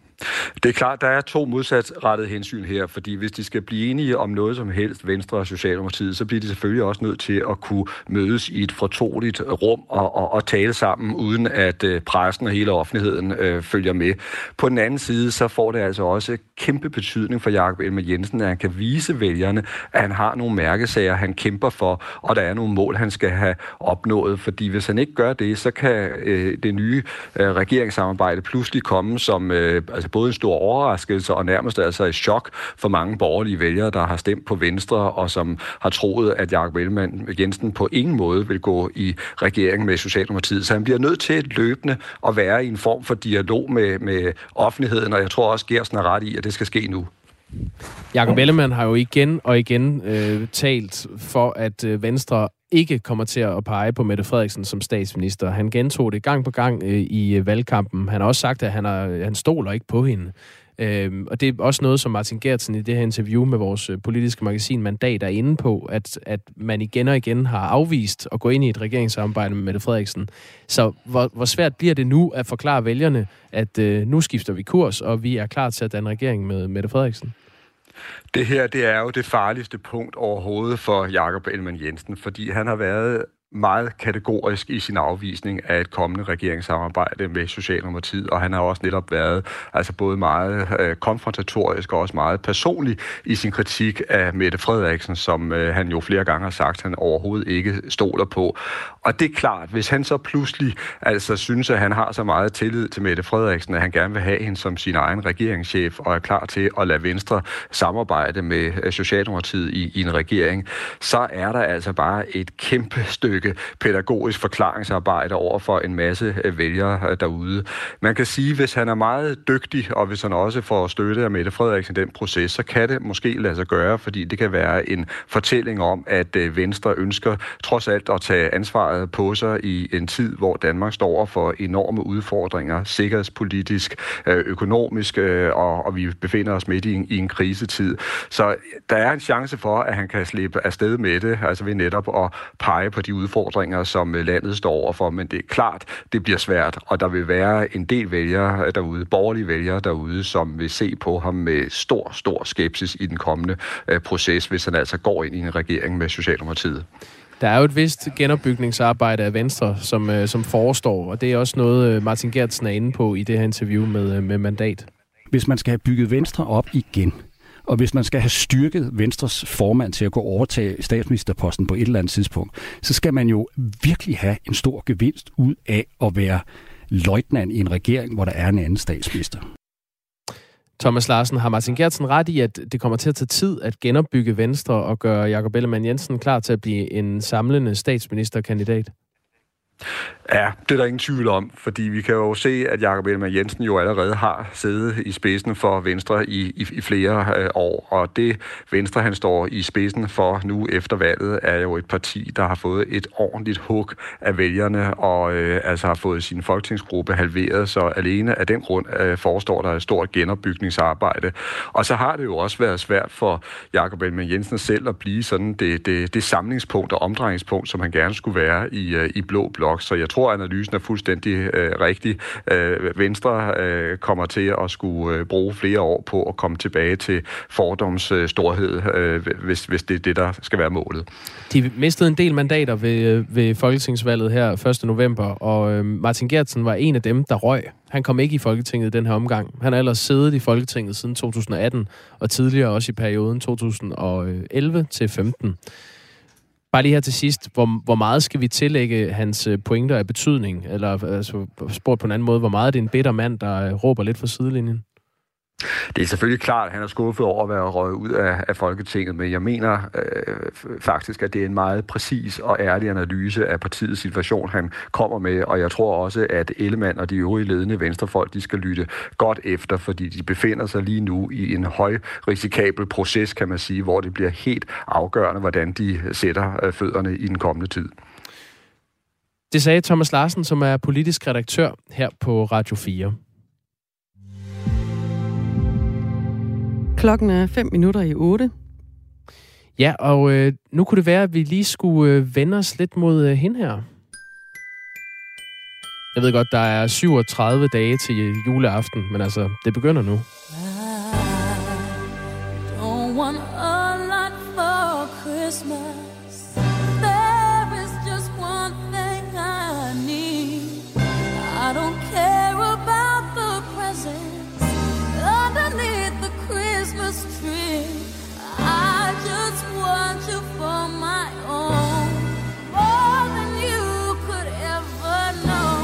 Det er klart, der er to modsatrettede hensyn her, fordi hvis de skal blive enige om noget som helst, Venstre og Socialdemokratiet, så bliver de selvfølgelig også nødt til at kunne mødes i et fortroligt rum og tale sammen, uden at pressen og hele offentligheden følger med. På den anden side, så får det altså også kæmpe betydning for Jakob Ellemann-Jensen, at han kan vise vælgerne, at han har nogle mærkesager, han kæmper for, og der er nogle mål, han skal have opnået. Fordi hvis han ikke gør det, så kan det nye regeringssamarbejde pludselig komme som både en stor overraskelse og nærmest altså et chok for mange borgerlige vælgere, der har stemt på Venstre og som har troet, at Jakob Ellemann-Jensen på ingen måde vil gå i regering med Socialdemokratiet. Så han bliver nødt til løbende at være i en form for dialog med offentligheden, og jeg tror også, Geertsen er ret i, at det skal ske nu. Jakob Ellemann har jo igen og igen talt for, at Venstre ikke kommer til at pege på Mette Frederiksen som statsminister. Han gentog det gang på gang i valgkampen. Han har også sagt, at han stoler ikke på hende. Og det er også noget, som Martin Geertsen i det her interview med vores politiske magasin Mandat er inde på, at man igen og igen har afvist at gå ind i et regeringssamarbejde med Mette Frederiksen. Så hvor svært bliver det nu at forklare vælgerne, at nu skifter vi kurs, og vi er klar til at danne regering med Mette Frederiksen? Det her, det er jo det farligste punkt overhovedet for Jakob Ellemann-Jensen, fordi han har været meget kategorisk i sin afvisning af et kommende regeringssamarbejde med Socialdemokratiet, og han har også netop været både meget konfrontatorisk og også meget personlig i sin kritik af Mette Frederiksen, som han jo flere gange har sagt, han overhovedet ikke stoler på. Og det er klart, hvis han så pludselig synes, at han har så meget tillid til Mette Frederiksen, at han gerne vil have hende som sin egen regeringschef og er klar til at lade Venstre samarbejde med Socialdemokratiet i en regering, så er der altså bare et kæmpe stykke pædagogisk forklaringsarbejde over for en masse vælgere derude. Man kan sige, hvis han er meget dygtig, og hvis han også får støtte af Mette Frederiksen i den proces, så kan det måske lade sig gøre, fordi det kan være en fortælling om, at Venstre ønsker trods alt at tage ansvaret på sig i en tid, hvor Danmark står over for enorme udfordringer, sikkerhedspolitisk, økonomisk, og vi befinder os midt i en krisetid. Så der er en chance for, at han kan slippe afsted med det, altså ved netop at pege på de udfordringer, som landet står overfor, men det er klart, det bliver svært, og der vil være en del vælgere derude, borgerlige vælgere derude, som vil se på ham med stor skepsis i den kommende proces, hvis han altså går ind i en regering med Socialdemokratiet. Der er jo et vist genopbygningsarbejde af Venstre, som forestår, og det er også noget, Martin Geertsen er inde på i det her interview med Mandat. Hvis man skal have bygget Venstre op igen, og hvis man skal have styrket Venstres formand til at gå overtage statsministerposten på et eller andet tidspunkt, så skal man jo virkelig have en stor gevinst ud af at være løjtnant i en regering, hvor der er en anden statsminister. Thomas Larsen, har Martin Geertsen ret i, at det kommer til at tage tid at genopbygge Venstre og gøre Jakob Ellemann-Jensen klar til at blive en samlende statsministerkandidat? Ja, det er der ingen tvivl om, fordi vi kan jo se, at Jakob Ellemann-Jensen jo allerede har siddet i spidsen for Venstre i flere år, og det Venstre, han står i spidsen for nu efter valget, er jo et parti, der har fået et ordentligt hug af vælgerne, og har fået sin folketingsgruppe halveret, så alene af den grund forestår der et stort genopbygningsarbejde. Og så har det jo også været svært for Jakob Ellemann-Jensen selv at blive sådan det samlingspunkt og omdrejningspunkt, som han gerne skulle være i blå blok. Så jeg tror, at analysen er fuldstændig rigtig. Venstre kommer til at skulle bruge flere år på at komme tilbage til fordoms storhed, hvis det er det, der skal være målet. De mistede en del mandater ved folketingsvalget her 1. november, og Martin Geertsen var en af dem, der røg. Han kom ikke i Folketinget i den her omgang. Han har ellers siddet i Folketinget siden 2018, og tidligere også i perioden 2011 til 15. Bare lige her til sidst, hvor meget skal vi tillægge hans pointer af betydning? Eller spurgt på en anden måde, hvor meget er det en bitter mand, der råber lidt fra sidelinjen? Det er selvfølgelig klart, at han er skuffet over at være røget ud af Folketinget, men jeg mener faktisk, at det er en meget præcis og ærlig analyse af partiets situation, han kommer med, og jeg tror også, at Ellemann og de øvrige ledende venstrefolk, de skal lytte godt efter, fordi de befinder sig lige nu i en højrisikabel proces, kan man sige, hvor det bliver helt afgørende, hvordan de sætter fødderne i den kommende tid. Det sagde Thomas Larsen, som er politisk redaktør her på Radio 4. Klokken er 7:05. Ja, og nu kunne det være, at vi lige skulle vende os lidt mod hende her. Jeg ved godt, der er 37 dage til juleaften, men altså, det begynder nu. Don't want a lot for Christmas. There is just one thing I need. I don't care about the presents underneath the Christmas tree. I just want you for my own, more than you could ever know.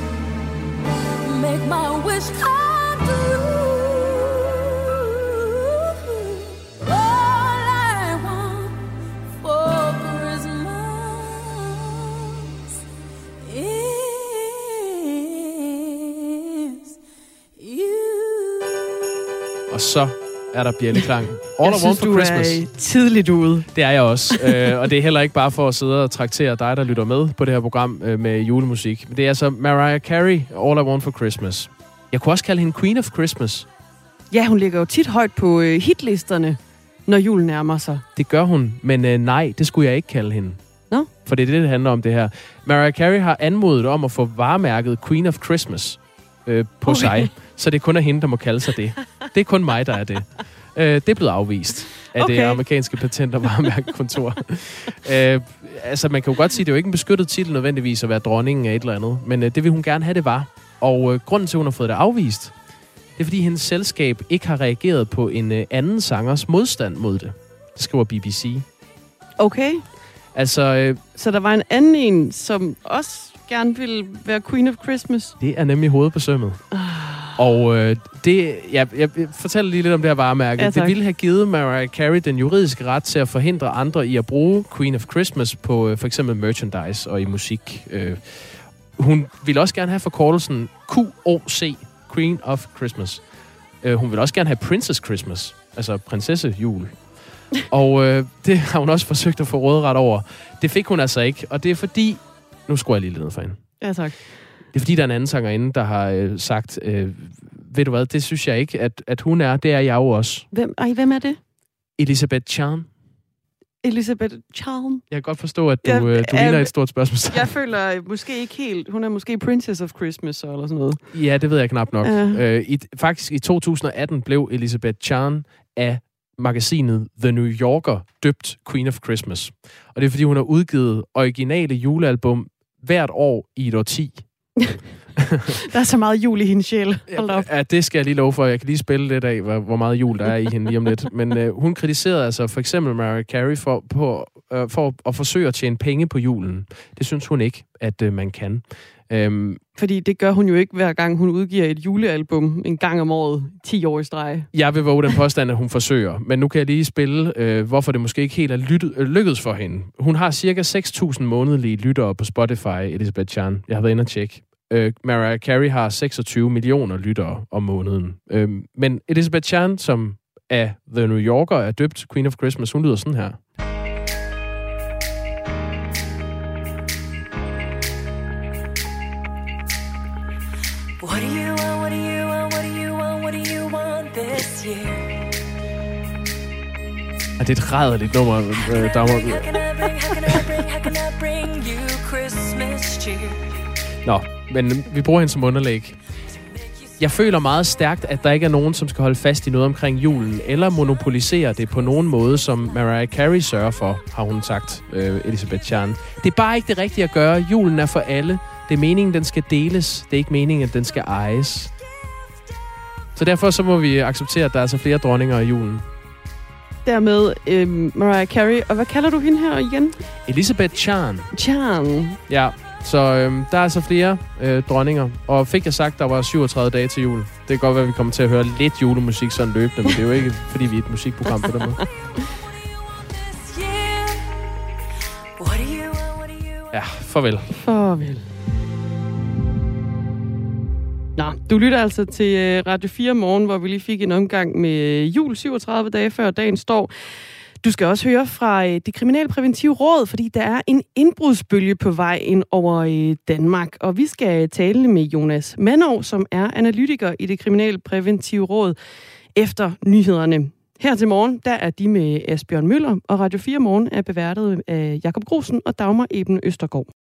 Make my wish come true. Og så er der bjælleklang. Jeg synes, du er tidligt ude. Det er jeg også. Og det er heller ikke bare for at sidde og traktere dig, der lytter med på det her program med julemusik. Det er altså Mariah Carey, All I Want for Christmas. Jeg kunne også kalde hende Queen of Christmas. Ja, hun ligger jo tit højt på hitlisterne, når julen nærmer sig. Det gør hun, men nej, det skulle jeg ikke kalde hende. Nå? For det er det handler om det her. Mariah Carey har anmodet om at få varemærket Queen of Christmas på sig, så det kun er hende, der må kalde sig det. Det er kun mig, der er det. Det er blevet afvist af det amerikanske patent- og varemærkekontor. Altså, man kan jo godt sige, at det er jo ikke en beskyttet titel nødvendigvis at være dronningen af et eller andet, men det vil hun gerne have, det var. Og grunden til, at hun har fået det afvist, det er, fordi hendes selskab ikke har reageret på en anden sangers modstand mod det. Det skriver BBC. Okay. Altså, så der var en anden en, som også gerne ville være Queen of Christmas? Det er nemlig hovedet på sømmet. Og jeg fortæller lige lidt om det her varemærke. Ja, det ville have givet Mariah Carey den juridiske ret til at forhindre andre i at bruge Queen of Christmas på for eksempel merchandise og i musik. Hun ville også gerne have forkortelsen QOC, Queen of Christmas. Hun ville også gerne have Princess Christmas, altså prinsessejul. Og det har hun også forsøgt at få råderet over. Det fik hun altså ikke, og det er fordi... Nu skruer jeg lige lidt ned for hende. Ja, tak. Det er fordi, der er en anden sangerinde, der har sagt, ved du hvad, det synes jeg ikke, at hun er. Det er jeg jo også. Hvem er det? Elizabeth Chan. Elizabeth Chan? Jeg kan godt forstå, at du ligner et stort spørgsmål. Jeg føler måske ikke helt... Hun er måske Princess of Christmas eller sådan noget. Ja, det ved jeg knap nok. Faktisk i 2018 blev Elizabeth Chan af magasinet The New Yorker døbt Queen of Christmas. Og det er, fordi hun har udgivet originale julealbum hvert år i et årti. Der er så meget jul i hendes sjæl. Hold op. Ja, det skal jeg lige love for. Jeg kan lige spille lidt af, hvor meget jul der er i hende lige om lidt. Men hun kritiserede altså for eksempel Mariah Carey for at forsøge at tjene penge på julen. Det synes hun ikke, at man kan. Fordi det gør hun jo ikke, hver gang hun udgiver et julealbum en gang om året, 10 år i streg. Jeg vil våge den påstand, at hun forsøger. Men nu kan jeg lige spille, hvorfor det måske ikke helt er lykkedes for hende. Hun har cirka 6.000 månedlige lyttere på Spotify, Elizabeth Chan. Jeg har været inde og tjekke. Mariah Carey har 26 millioner lyttere om måneden. Men Elizabeth Chan, som er The New Yorker, er døbt Queen of Christmas, hun lyder sådan her. What do you want, what do you want, what do you want, what do you want this year? Det er et rædderligt nummer, damer. Nå, men vi bruger hende som underlæg. Jeg føler meget stærkt, at der ikke er nogen, som skal holde fast i noget omkring julen, eller monopolisere det på nogen måde, som Mariah Carey sørger for, har hun sagt, Elizabeth Chan. Det er bare ikke det rigtige at gøre. Julen er for alle. Det er meningen, den skal deles. Det er ikke meningen, at den skal ejes. Så derfor så må vi acceptere, at der er så flere dronninger i julen. Dermed Mariah Carey. Og hvad kalder du hende her igen? Elizabeth Chan. Chan. Ja, så der er altså flere dronninger. Og fik jeg sagt, der var 37 dage til jul. Det kan godt være, at vi kommer til at høre lidt julemusik sådan løbende, men det er jo ikke, fordi vi er et musikprogram på den måde. Ja, farvel. Farvel. Nå, du lytter altså til Radio 4 Morgen, hvor vi lige fik en omgang med jul 37 dage før dagen står. Du skal også høre fra det kriminalpræventive råd, fordi der er en indbrudsbølge på vej ind over Danmark. Og vi skal tale med Jonas Manov, som er analytiker i det kriminalpræventive råd efter nyhederne. Her til morgen, der er de med Asbjørn Møller, og Radio 4 Morgen er beværtet af Jakob Grosen og Dagmar Eben Østergaard.